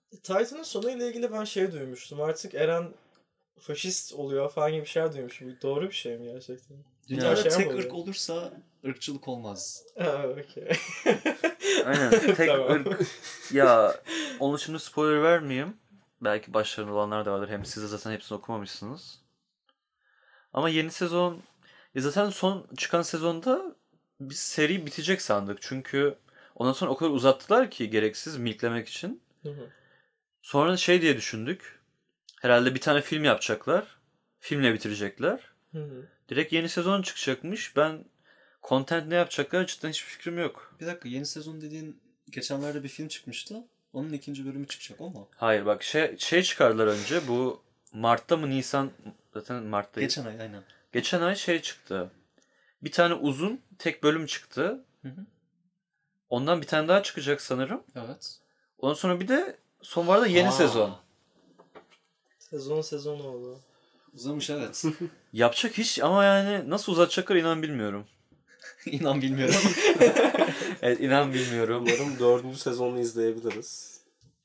Titan'ın sonuyla ilgili ben şey duymuştum. Artık Eren faşist oluyor falan gibi bir şeyler duymuşum. Bu doğru bir şey mi gerçekten? Dünyada şey mi tek oluyor? ırk olursa ırkçılık olmaz. Ha, okey. Aynen. Tek Tamam. ırk. Ya onun şimdi spoiler vermeyeyim. Belki başlarında olanlar da vardır. Hem siz de zaten hepsini okumamışsınız. Ama yeni sezon ya zaten son çıkan sezonda bir seri bitecek sandık. Çünkü ondan sonra o kadar uzattılar ki gereksiz milklemek için. Hı hı. Sonra şey diye düşündük. Herhalde bir tane film yapacaklar. Filmle bitirecekler. Hı hı. Direkt yeni sezon çıkacakmış. Ben content ne yapacaklar cidden hiçbir fikrim yok. Bir dakika, yeni sezon dediğin geçenlerde bir film çıkmıştı. Onun ikinci bölümü çıkacak o mu? Hayır bak şey şey çıkardılar önce. Bu Mart'ta mı Nisan zaten Mart'tayız. Geçen ay aynen. Geçen ay şey çıktı. Bir tane uzun tek bölüm çıktı. Hı hı. Ondan bir tane daha çıkacak sanırım. Evet. Ondan sonra bir de sonbaharda yeni Aa, sezon. Sezon sezon oldu. Uzamış evet. Yapacak hiç ama yani nasıl uzatacaklar inan bilmiyorum. İnan bilmiyorum. Evet inan bilmiyorum. Umarım dördüncü sezonunu izleyebiliriz.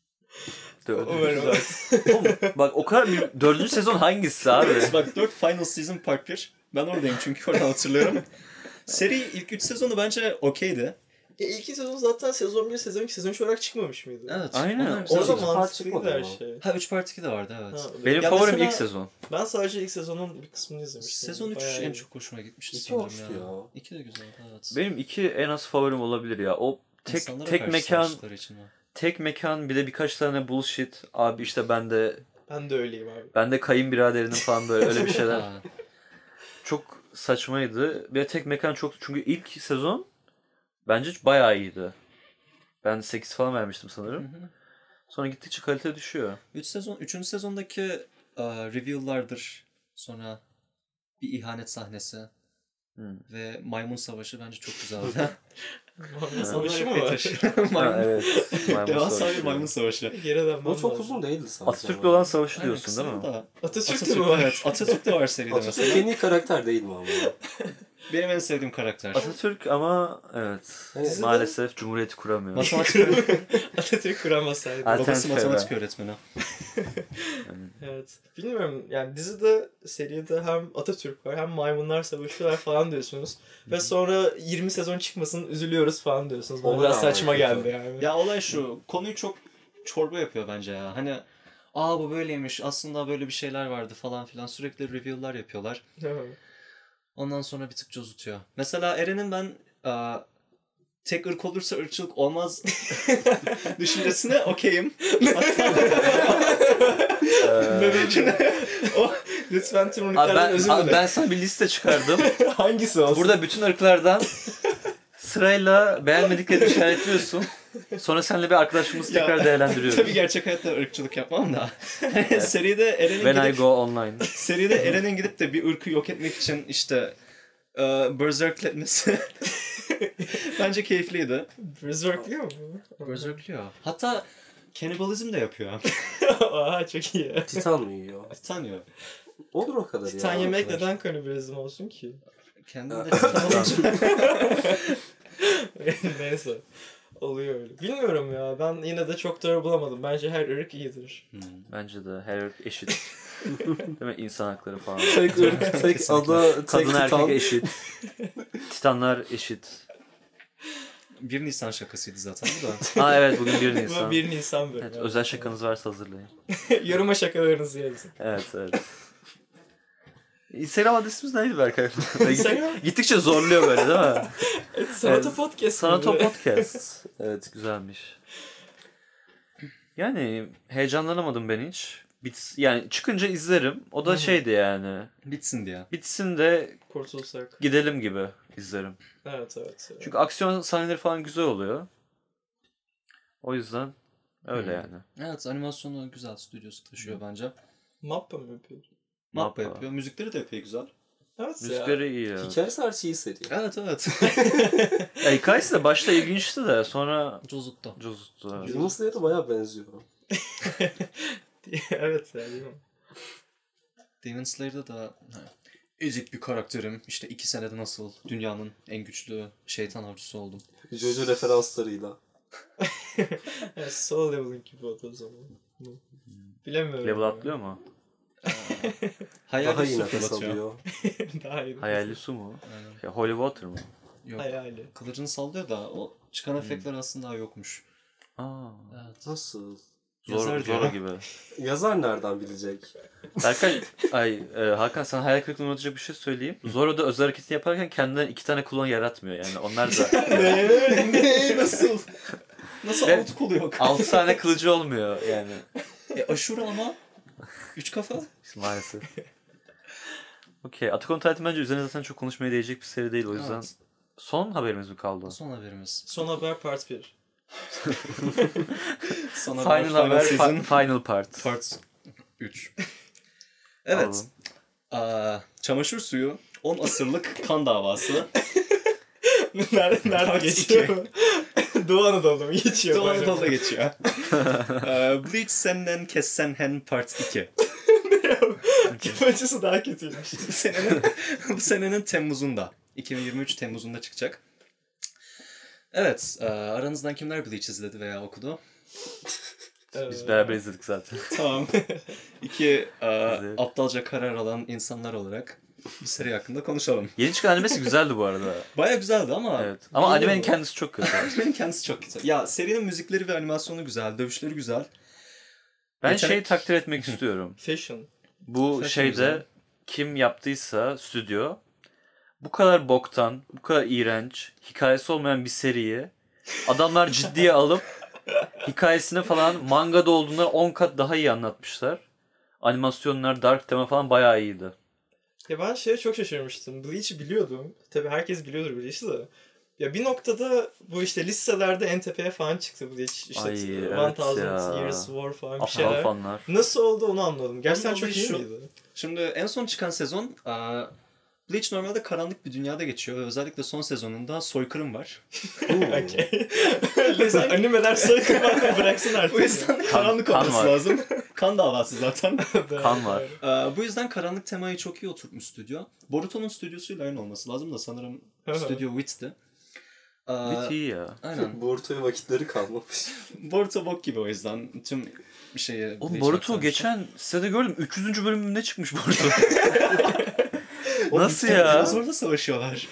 Umarım. Oğlum, bak o kadar bir, dördüncü sezon hangisi abi? Bak dört Final Season Part bir. Ben oradayım çünkü oradan hatırlıyorum. Seri ilk üç sezonu bence okeydi. E, ilk sezon zaten sezon bir, sezon iki, sezon üç olarak çıkmamış mıydı? Evet. Aynen. onlar güzel. Orada Sezon iki part mantıklıydı çıkmadı her ama. şey. Ha üç Part iki de vardı evet. Ha, Benim ya favorim mesela ilk sezon. Ben sadece ilk sezonun bir kısmını izlemiştim. Sezon üç Bayağı en iyi. çok hoşuma gitmişti İki sanırım hoştu ya. ya. İki de güzeldi evet. Benim iki en az favorim olabilir ya. O tek İnsanlara tek karşı mekan savaştıkları için o. tek mekan bir de birkaç tane bullshit. Abi işte ben de Ben de öyleyim abi. ben de kayınbiraderinin falan böyle öyle bir şeyler. Ha. Çok saçmaydı. Bir de tek mekan çok çünkü ilk sezon bence bayağı iyiydi. Ben sekiz falan vermiştim Hı sanırım. hı. Sonra gittikçe kalite düşüyor. Üç sezon, üçüncü sezondaki uh, reveal'lardır. Sonra bir ihanet sahnesi Hmm. ve maymun savaşı bence çok güzeldi. Savaşı mı Onlar var? epey Ha, maymun. evet. Maymun Devasa bir savaşı. maymun savaşı. Geri dönmem Bu çok lazım. uzun değildi sanki. Atatürk'le ama. olan savaşı Aynen, diyorsun değil mi? kısa da. Atatürk de Atatürk, mi var? evet. Atatürk de var seride Atatürk mesela. en iyi karakter değil mi ama? Benim en sevdiğim karakter. Atatürk ama evet Evet. maalesef cumhuriyeti kuramıyor. Matematik öğretmeni. Atatürk kuramasaydı. At- Babası Alternatif matematik evren. öğretmeni. Evet. Bilmiyorum yani dizide, seride hem Atatürk var hem maymunlar savaşıyorlar falan diyorsunuz. Ve sonra yirmi sezon çıkmasın üzülüyoruz falan diyorsunuz. Bana Ona biraz rağmen saçma kötü. geldi yani. Ya olay şu. Konuyu çok çorba yapıyor bence ya. Hani aa bu böyleymiş. Aslında böyle bir şeyler vardı falan filan. Sürekli reveal'lar yapıyorlar. Ondan sonra bir tık cozutuyor. Mesela Eren'in ben aa, tek ırk olursa ırkçılık olmaz düşüncesine okeyim. o lütfen tüm Abi ırklardan ben, özür abi dilerim. ben sana bir liste çıkardım. Hangisi olsun? Burada bütün ırklardan sırayla beğenmediklerini işaretliyorsun. Sonra seninle bir arkadaşımızı Ya, tekrar değerlendiriyoruz. Tabii gerçek hayatta ırkçılık yapmam da. seride Eren'in When I gidip, go online. seride Eren'in gidip de bir ırkı yok etmek için işte e, berserkletmesi bence keyifliydi. Berserk'liyor mu? Berserkliyor. Hatta kannibalizm de yapıyor. Aha çok iyi. Titan mı yiyor? Tanıyor. Olur o kadar ya. Titan yemek o kadar. neden kanibalizm olsun ki? Kendini de titan Neyse. Oluyor öyle. Bilmiyorum ya. Ben yine de çok doğru bulamadım. Bence her ırk iyidir. Hmm. Bence de her ırk eşit. Değil mi? İnsan hakları falan. Tek ırk, tek Kesinlikle. ada, tek Kadın erkek titan. eşit. Titanlar eşit. bir Nisan şakasıydı zaten bu da. Ha evet bugün bir Bu Nisan. bir Nisan bölümü. Evet, özel şakanız varsa hazırlayın. Yoruma şakalarınızı yazın. Evet evet. Instagram adresimiz neydi Berkay? Instagram? Gittikçe zorluyor böyle değil mi? Evet, Sanata Evet, Podcast. Sanata gibi. Podcast. Evet güzelmiş. Yani heyecanlanamadım ben hiç. Bits yani çıkınca izlerim. O Hı da hı. şeydi yani. Bitsin diye. Bitsin de Kurtulsak. gidelim gibi izlerim. Evet evet. Çünkü aksiyon sahneleri falan güzel oluyor. O yüzden öyle Hı. yani. Evet animasyonu güzel, stüdyosu taşıyor bence. Mappa mı yapıyor? Mappa Mappa. yapıyor. Müzikleri de epey güzel. Evet ya. Müzikleri iyi ya. Hikayesi her şeyi seri. Evet evet. Ya hikayesi de başta ilginçti de sonra Cozuttu. cozuttu. Evet. Demon Slayer'a bayağı benziyor. Evet ya değil mi? Demon Slayer'da da ha, ezik bir karakterim. İşte iki senede nasıl dünyanın en güçlü şeytan avcısı oldum. Jojo referanslarıyla. Yani solo leveling gibi oldu o zaman. Bilemiyorum. Level ya. atlıyor mu? Hayali Daha iyi su nefes fırlatıyor. alıyor. Daha iyi. Hayali su mu? Aynen. Ya, Holy Water mı? Yok. Hayali. Kılıcını sallıyor da o çıkan efektler aslında daha yokmuş. Aa, Evet. Nasıl? zor, Yazar Zora ya. gibi. Yazar nereden bilecek? Berkay, ay e, Hakan sana hayal kırıklığına uğratacak bir şey söyleyeyim. Zoro'da özel hareketi yaparken kendinden iki tane klon yaratmıyor yani. Onlar da ne? Ne? Nasıl? Nasıl Ve- alt kolu yok? altı tane kılıcı olmuyor yani. E Ashura ama üç kafa. İşte maalesef. Okey. Attack on Titan bence üzerine zaten çok konuşmaya değecek bir seri değil o yüzden. Evet. Son haberimiz mi kaldı? Son haberimiz. Son haber part bir. Son Final haber, season fa- final part. part üç. Evet. Alalım. Aa, çamaşır suyu on asırlık kan davası. nerede nerede Part geçiyor? Doğu Anadolu'da mı geçiyor? Doğu bu acaba? Anadolu'da geçiyor. Ee, Bleach Sennen Kessen Hen Part iki. Yapıcısı daha kötüymüş. Bu senenin, bu senenin Temmuz'unda. iki bin yirmi üç Temmuz'unda çıkacak. Evet. E, aranızdan kimler Bleach izledi veya okudu? Biz beraber izledik zaten. Tamam. İki e, Güzel. aptalca karar alan insanlar olarak bu seri hakkında konuşalım. Yeni çıkan animesi güzeldi bu arada. Baya güzeldi ama Evet. Ama iyi animenin oldu. kendisi çok kötü. Animenin kendisi çok güzel. Ya serinin müzikleri ve animasyonu güzel, dövüşleri güzel. Ben Yetenek- şeyi takdir etmek istiyorum. Fashion. Bu Fashion şeyde güzel. kim yaptıysa stüdyo bu kadar boktan, bu kadar iğrenç, hikayesi olmayan bir seriyi adamlar ciddiye alıp hikayesini falan mangada olduğundan on kat daha iyi anlatmışlar. Animasyonlar, dark tema falan bayağı iyiydi. Ya ben şeye çok şaşırmıştım. Bleach'i biliyordum. Tabii herkes biliyordur Bleach'i de. Ya bir noktada bu işte listelerde en tepeye falan çıktı Bleach. İşte Ay, One evet Thousand ya. Years War falan bir Aptal şeyler. fanlar. Nasıl oldu onu anladım. Gerçekten Onun çok olayı iyi şu. miydi? Şimdi en son çıkan sezon e, Bleach normalde karanlık bir dünyada geçiyor ve özellikle son sezonunda soykırım var. Okey. Lütfen animeler soykırmakla bıraksın artık. O yüzden karanlık kan olması var. lazım. Kan davası zaten. Kan var. E, bu yüzden karanlık temayı çok iyi oturtmuş stüdyo. Boruto'nun stüdyosuyla aynı olması lazım da sanırım stüdyo Wit'ti. E, Bit iyi ya. Aynen. Boruto'ya vakitleri kalmamış. Boruto bok gibi o yüzden tüm bir şeyi... Oğlum Bleach'e Boruto aktarmışlar. geçen sitede gördüm. üç yüzüncü bölümünde çıkmış Boruto. Oğlum, Nasıl bir tane ya? Dinozorla savaşıyorlar.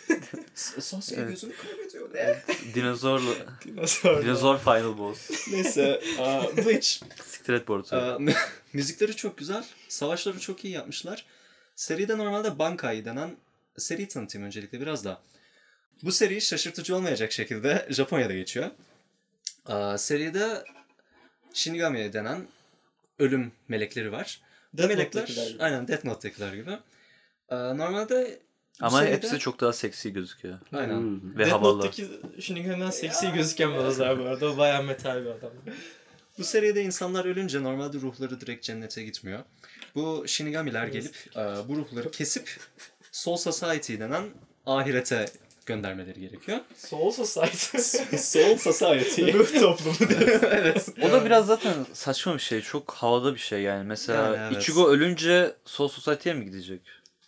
S- Sasuke Evet. gözünü kaybediyor ne? Dinozorlu. Dinozor. Dinozor final boss. Neyse. uh, Bleach. Siktir et Boruto. Uh, müzikleri çok güzel. Savaşları çok iyi yapmışlar. Seride normalde Bankai denen... Seri tanıtayım öncelikle biraz da. Bu seri şaşırtıcı olmayacak şekilde Japonya'da geçiyor. Uh, seride Shinigami denen ölüm melekleri var. Bu Death melekler, Note'dakiler gibi. aynen Death Note'dakiler gibi. Uh, normalde bu Ama seride- hepsi çok daha seksi gözüküyor. Aynen. Hmm. Ve Death havalı. Note'daki Shinigami'den seksi gözüken bir azar bu arada. O bayağı metal bir adam. Bu seride insanlar ölünce normalde ruhları direkt cennete gitmiyor. Bu Shinigami'ler gelip e, bu ruhları kesip Soul Society denen ahirete göndermeleri gerekiyor. Soul Society. Soul Society. Ruh toplumu diyor. Evet. O da biraz zaten saçma bir şey. Çok havada bir şey yani. Mesela Yani evet. Ichigo ölünce Soul Society'ye mi gidecek?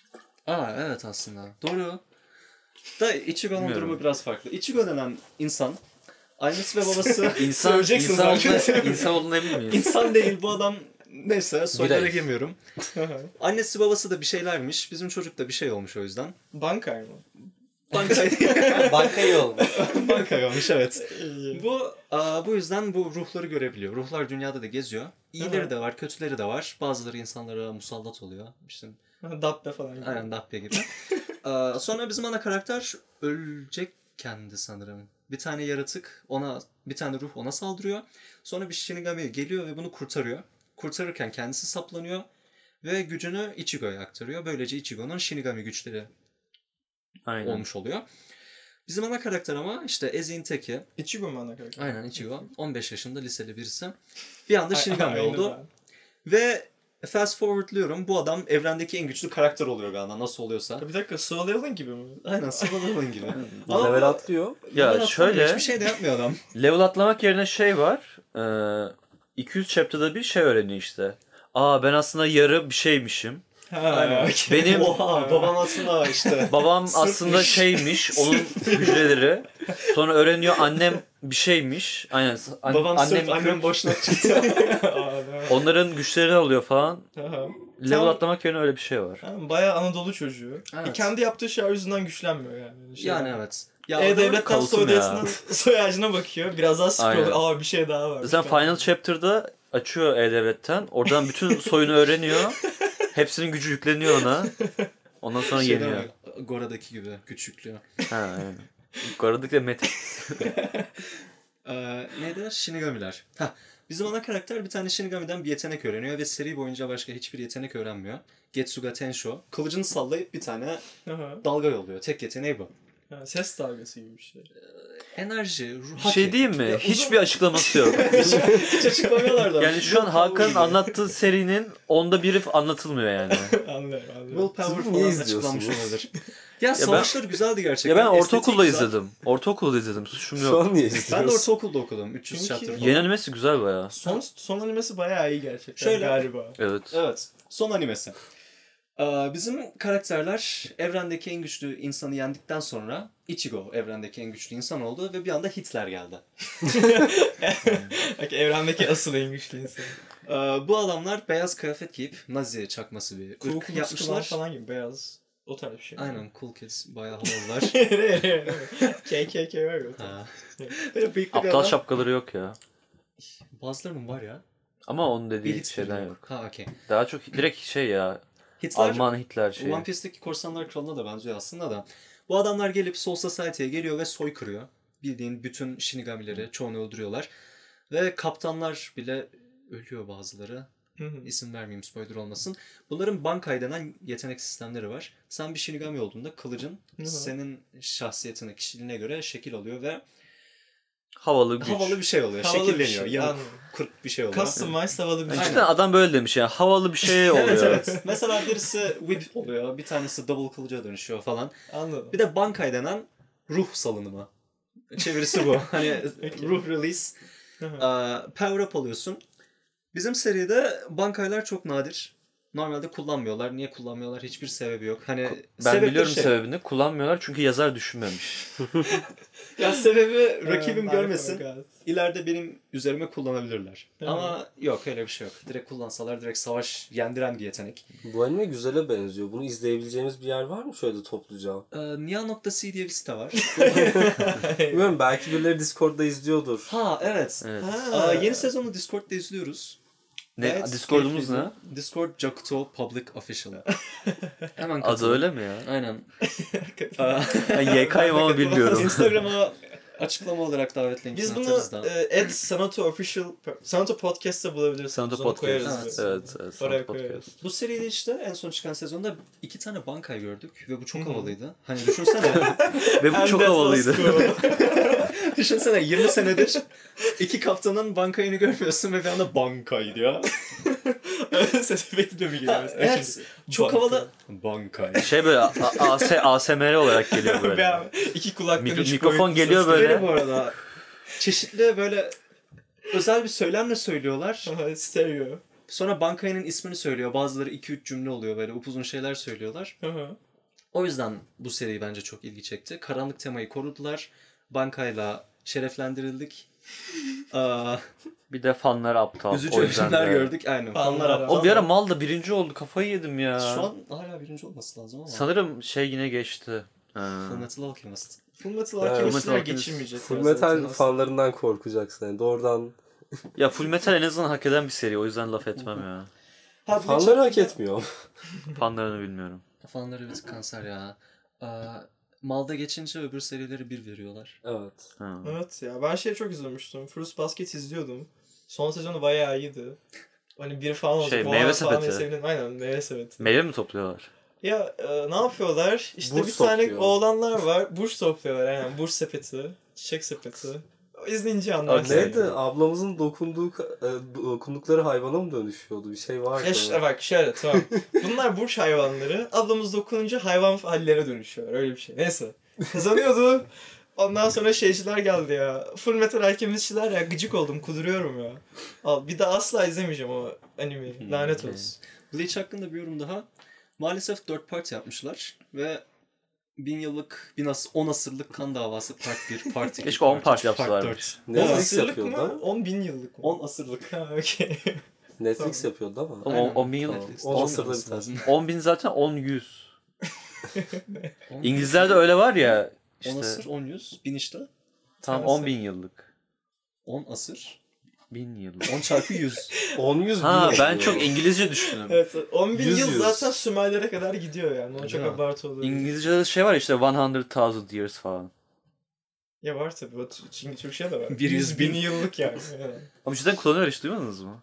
Aa evet aslında. Doğru. Da Ichigo'nun Bilmiyorum. durumu biraz farklı. Ichigo denen insan annesi ve babası İnsan, Söyleyeceksin insan, zaten. olduğuna, insan olduğuna emin miyiz? insan değil bu adam. Neyse soylara Birey. girmiyorum. Annesi babası da bir şeylermiş. Bizim çocuk da bir şey olmuş o yüzden. Bankay mı? Bankayı Bankayı olmuş. Bankayı olmuş evet. İyi. Bu aa, bu yüzden bu ruhları görebiliyor. Ruhlar dünyada da geziyor. İyileri Aha. de var, kötüleri de var. Bazıları insanlara musallat oluyor. İşte Dabbe falan gibi. aynen Dappya gibi. Aa, sonra bizim ana karakter ölecek kendi sanırım. Bir tane yaratık ona bir tane ruh ona saldırıyor. Sonra bir Shinigami geliyor ve bunu kurtarıyor. Kurtarırken kendisi saplanıyor ve gücünü Ichigo'ya aktarıyor. Böylece Ichigo'nun Shinigami güçleri Aynen. olmuş oluyor. Bizim ana karakter ama işte Ezi'nin teki. Ichigo mu ana karakter? Aynen Ichigo. on beş yaşında liseli birisi. Bir anda Shinigami Aynı oldu. ben. Ve fast forwardlıyorum. Bu adam evrendeki en güçlü karakter oluyor galiba. Nasıl oluyorsa. Bir dakika Soul Leveling gibi mi? Aynen Sylvain gibi. Ama Level bu- atlıyor. Ya Level şöyle atlamıyor, hiçbir şey de yapmıyor adam. level atlamak yerine şey var. E, iki yüz chapter'da bir şey öğreniyor işte. Aa ben aslında yarı bir şeymişim. Ha, Aynen. okey. Benim- Oha babam aslında işte. Babam Sırtmış. aslında şeymiş, onun hücreleri. Sonra öğreniyor annem bir şeymiş. Aynen. An- Babam annem sırf annem Kürt. boşuna çıktı. Aa, evet. Onların güçlerini alıyor falan. Aha. Level Tam- atlamak yerine öyle bir şey var. Yani bayağı Anadolu çocuğu. Evet. E, kendi yaptığı şeyler yüzünden güçlenmiyor yani. Şey Yani evet. Ya E-Devlet'ten kalıtım soy ya. ağacına, soy ağacına bakıyor. Biraz daha scroll. Aynen. Aa bir şey daha var. Zaten Final Chapter'da açıyor E-Devlet'ten. Oradan bütün soyunu öğreniyor. Hepsinin gücü yükleniyor ona. Ondan sonra Şeyden yeniyor. var, Gora'daki gibi küçüklüğü. Ha, aynen. Yukarıdaki de Mete. Ee, neydi? Shinigami'ler. Hah. Bizim ana karakter bir tane Shinigami'den bir yetenek öğreniyor ve seri boyunca başka hiçbir yetenek öğrenmiyor. Getsuga Tensho. Kılıcını sallayıp bir tane Aha. dalga yolluyor. Tek yeteneği bu. Ha, ses dalgası gibi bir şey. Enerji, ruh, Bir şey diyeyim mi? Ya Hiçbir açıklaması yok. Hiç açıklamıyorlar da. Yani şu an Hakan'ın anlattığı serinin onda biri anlatılmıyor yani. Anlıyorum anlıyorum. Willpower Siz niye falan izliyorsunuz? açıklanmış olabilir. Ya savaşlar güzeldi gerçekten. Ya ben Estetik ortaokulda güzel. izledim. Ortaokulda izledim. Suçum Şu yok. an niye izliyoruz? Ben de ortaokulda okudum. üç yüz Çünkü- chapter falan. Yeni animesi güzel bayağı. Son, son animesi bayağı iyi gerçekten Şöyle- galiba. Evet. Evet. Son animesi. Ee, bizim karakterler evrendeki en güçlü insanı yendikten sonra Ichigo evrendeki en güçlü insan oldu ve bir anda Hitler geldi. Bak evrendeki asıl en güçlü insan. Ee, bu adamlar beyaz kıyafet giyip Nazi çakması bir Cool ırk Klux Klan yapmışlar. falan gibi beyaz. O tarz bir şey. Aynen cool kids bayağı havalılar. K K K var ya. Ha. Böyle bıyıklı bir Aptal adam. şapkaları yok ya. Bazılarının var ya. Ama onun Bir dediği Hitler şeyden yok. yok. Ha okey. Daha çok direkt şey ya. Hitler Alman Hitler şeyi. One Piece'teki korsanlar kralına da benziyor aslında da. Bu adamlar gelip Soul Society'ye geliyor ve soykırıyor. Bildiğin bütün Shinigami'leri çoğunu öldürüyorlar. Ve kaptanlar bile ölüyor bazıları. Hı hı. İsim vermeyeyim spoiler olmasın. Bunların Bankai denen yetenek sistemleri var. Sen bir Shinigami olduğunda kılıcın Hı hı. senin şahsiyetine, kişiliğine göre şekil alıyor ve Havalı güç. havalı bir şey oluyor. Havalı bir Şekilleniyor. şey, Yamuk, anladım. kırk bir şey oluyor. Customized havalı bir Yani şey. cidden adam böyle demiş ya. Havalı bir şey oluyor. Evet evet. Mesela birisi whip oluyor. Bir tanesi double kılıca dönüşüyor falan. Anladım. Bir de Bankai denen ruh salınımı. Çevirisi bu. Hani ruh release. Hı hı. Ee, power up alıyorsun. Bizim seride Bankai'ler çok nadir. Normalde kullanmıyorlar. Niye kullanmıyorlar? Hiçbir sebebi yok. Hani Ben sebepleri biliyorum şey. sebebini. Kullanmıyorlar çünkü yazar düşünmemiş. Ya sebebi Ee, rakibim my görmesin. God. İleride benim üzerime kullanabilirler. Hı. Ama yok öyle bir şey yok. Direkt kullansalar direkt savaş yendiren bir yetenek. Bu anime güzele benziyor. Bunu izleyebileceğimiz bir yer var mı şöyle topluca? Ee, nia nokta c diye bir site var. Bilmiyorum, belki birileri Discord'da izliyordur. Ha evet. Evet. Ha. Aa, yeni sezonu Discord'da izliyoruz. Ne? Gayet Discord'umuz ne? keyifliydi. Discord Jakuto Public Official. Hemen Adı katılın. öyle mi ya? Aynen. Aa, Ben Y K'yım ama bilmiyorum. Instagram'a açıklama olarak davet linkini Biz bunu atarız da. e, at Sanoto Official, Sanoto Podcast'ta bulabilirsiniz. Sanoto Biz onu Podcast. koyarız Evet. bir. Evet, evet. Oraya Sanoto koyarız. Podcast. Bu seride işte en son çıkan sezonda iki tane Bankai gördük ve bu çok Hı hı. havalıydı. Hani düşünsene. Ve bu And çok that havalıydı. was cool. düşünsene yirmi senedir iki kaptanın Bankai'ni görmüyorsun ve bir anda Bankai diyor. Ses efekti de mi geliyor? mesela? Evet. Çok Bankai. havalı. Bankai. Şey böyle A- A- AS, A S M R olarak geliyor böyle. Ben iki kulaktan Mikro- üç mikrofon boyutlu geliyor ses böyle. Böyle bu arada. Çeşitli böyle özel bir söylemle söylüyorlar. geliyor. Aha, stereo. Sonra Bankai'nin ismini söylüyor. Bazıları iki üç cümle oluyor böyle upuzun şeyler söylüyorlar. Aha. O yüzden bu seri bence çok ilgi çekti. Karanlık temayı korudular. Bankai'la şereflendirildik. Aa, Bir de fanlar aptal. üzücü o yüzden ölümler de. gördük. Aynen. Fanlar Fanlar aptal. aptal. O bir ara mal da birinci oldu. Kafayı yedim ya. Şu an hala birinci olması lazım ama. Sanırım şey yine geçti. Ha. Fullmetal Alchemist. Full Metal Evet. Alchemist'ler Full Metal geçilmeyecek. Full ya Metal zaten aslında. fanlarından korkacaksın. Yani doğrudan Ya Full Metal en azından hak eden bir seri. O yüzden laf etmem ya. Ha, bir de fanları hak çok- etmiyor. Fanlarını bilmiyorum. Fanları bir tık kanser ya. Aa, Malda geçince öbür serileri bir veriyorlar. Evet. Ha. Evet ya ben şey çok izlemiştim. Fruits Basket izliyordum. Son sezonu bayağı iyiydi. Hani bir falan olacak. Şey, o meyve an falan sepeti. sevdim. Aynen meyve sepeti. Meyve mi topluyorlar? Ya e, ne yapıyorlar? İşte Burs bir tane topluyor. oğlanlar var. Burs topluyorlar. Aynen burs sepeti. Çiçek sepeti. İzleyince anlarsın. Okey. Neydi? Ablamızın dokunduğu, e, dokundukları hayvana mı dönüşüyordu? Bir şey vardı. Ya işte bak şöyle tamam. Bunlar burç hayvanları. Ablamız dokununca hayvan hallere dönüşüyorlar. Öyle bir şey. Neyse. Kazanıyordu. Ondan sonra şeyciler geldi ya. Full Metal Alchemist'çiler ya. Gıcık oldum. Kuduruyorum ya. Al bir daha asla izlemeyeceğim o animeyi. Lanet Hmm. olsun. Bleach hakkında bir yorum daha. Maalesef dört part yapmışlar ve bin yıllık, bin as on asırlık kan davası part bir, part iki, Keşke on part part üç, yapsalarmış. dört. on Netflix asırlık yapıyordu mı? ama. on bin yıllık mı? on asırlık. Ha okey. Netflix Tamam. yapıyordu ama. Oğlum, Aynen. on bin yıl. Netflix'te on olması asırda biter. lazım. on bin zaten on yüz. on- İngilizlerde öyle var ya. on İşte asır, on yüz, bin işte. tam Tersi. on bin yıllık. on asır, Bin yıllık. on çarpı yüz. on yüz Ha bin ben oluyor. çok İngilizce düşündüm. Evet, on bin Yüz yıl yüz. zaten Sümerlere kadar gidiyor yani. O Öyle çok mi? abartı oluyor. İngilizce'de şey var ya işte one hundred thousand years falan. Ya var tabii. O t- çünkü Türkçe de var. Bir yüz yüz bin bin. yıllık yani. yani. Ama cidden kullanıyorlar hiç duymadınız mı?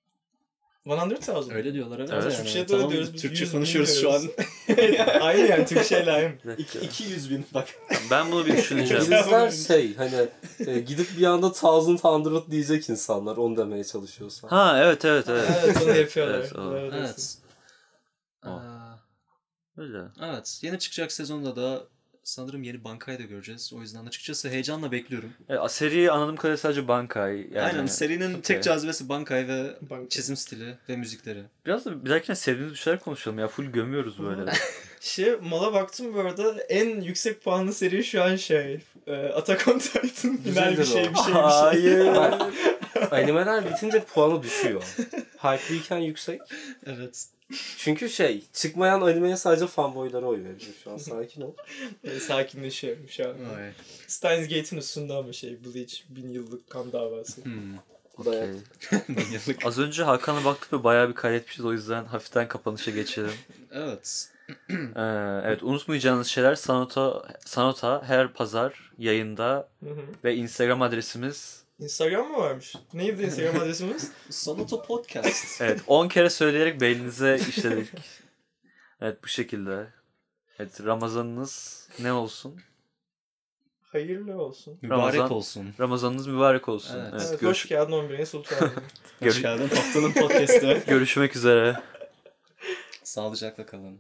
yüz bin. Öyle diyorlar evet. Evet. Yani. Türkçe'de Tamam, öyle diyoruz. Biz Türkçe yüz bin konuşuyoruz şu an. diyoruz. Aynı yani Türkçeyle aynı. Bir dakika. iki yüz bin bak. Ben bunu bir düşüneceğim. İngilizler şey hani e, gidip bir anda thousand hundred diyecek insanlar onu demeye çalışıyorsa. Ha evet evet evet. Evet onu yapıyorlar. Evet, o. Doğru diyorsun. Evet. O. Aa, Öyle. evet. Yeni çıkacak sezonda da sanırım yeni Bankay'ı da göreceğiz. O yüzden açıkçası heyecanla bekliyorum. E, seriyi anladığım kadarıyla sadece Bankai. Yani, Aynen serinin okey. tek cazibesi Bankay ve Bankay. çizim stili ve müzikleri. Biraz da bir dahakine sevdiğimiz bir şeyler konuşalım ya. Full gömüyoruz böyle. Şey mala baktım bu arada en yüksek puanlı seri şu an şey e, Attack on Titan final Güzeldir bir şey o. bir şey bir şey. Hayır. Animeler bitince puanı düşüyor. Hype'lıyken yüksek. Evet. Çünkü şey çıkmayan animeye sadece fanboylara oy veriyor şu an sakin ol. E, sakinleşiyorum şu an. Vay. Steins Gate'in üstünde ama şey Bleach bin yıllık kan davası. Hmm. Okey. Bin yıllık. Az önce Hakan'a baktık ve bayağı bir kaydetmişiz. O yüzden hafiften kapanışa geçelim. Evet. Ee, evet unutmayacağınız şeyler Sanota, Sanota her pazar yayında Hı hı. ve Instagram adresimiz Instagram mı varmış? Neydi Instagram adresimiz? Sonato Podcast. evet on kere söyleyerek beyninize işledik. Evet bu şekilde. Evet Ramazanınız ne olsun? Hayırlı olsun. Mübarek Ramazan- olsun. Ramazanınız mübarek olsun. Evet. Evet, Evet, görüş- hoş geldin on bine Sultanım. Hoş görüş- geldin haftanın podcast'ı. görüşmek üzere. Sağlıcakla kalın.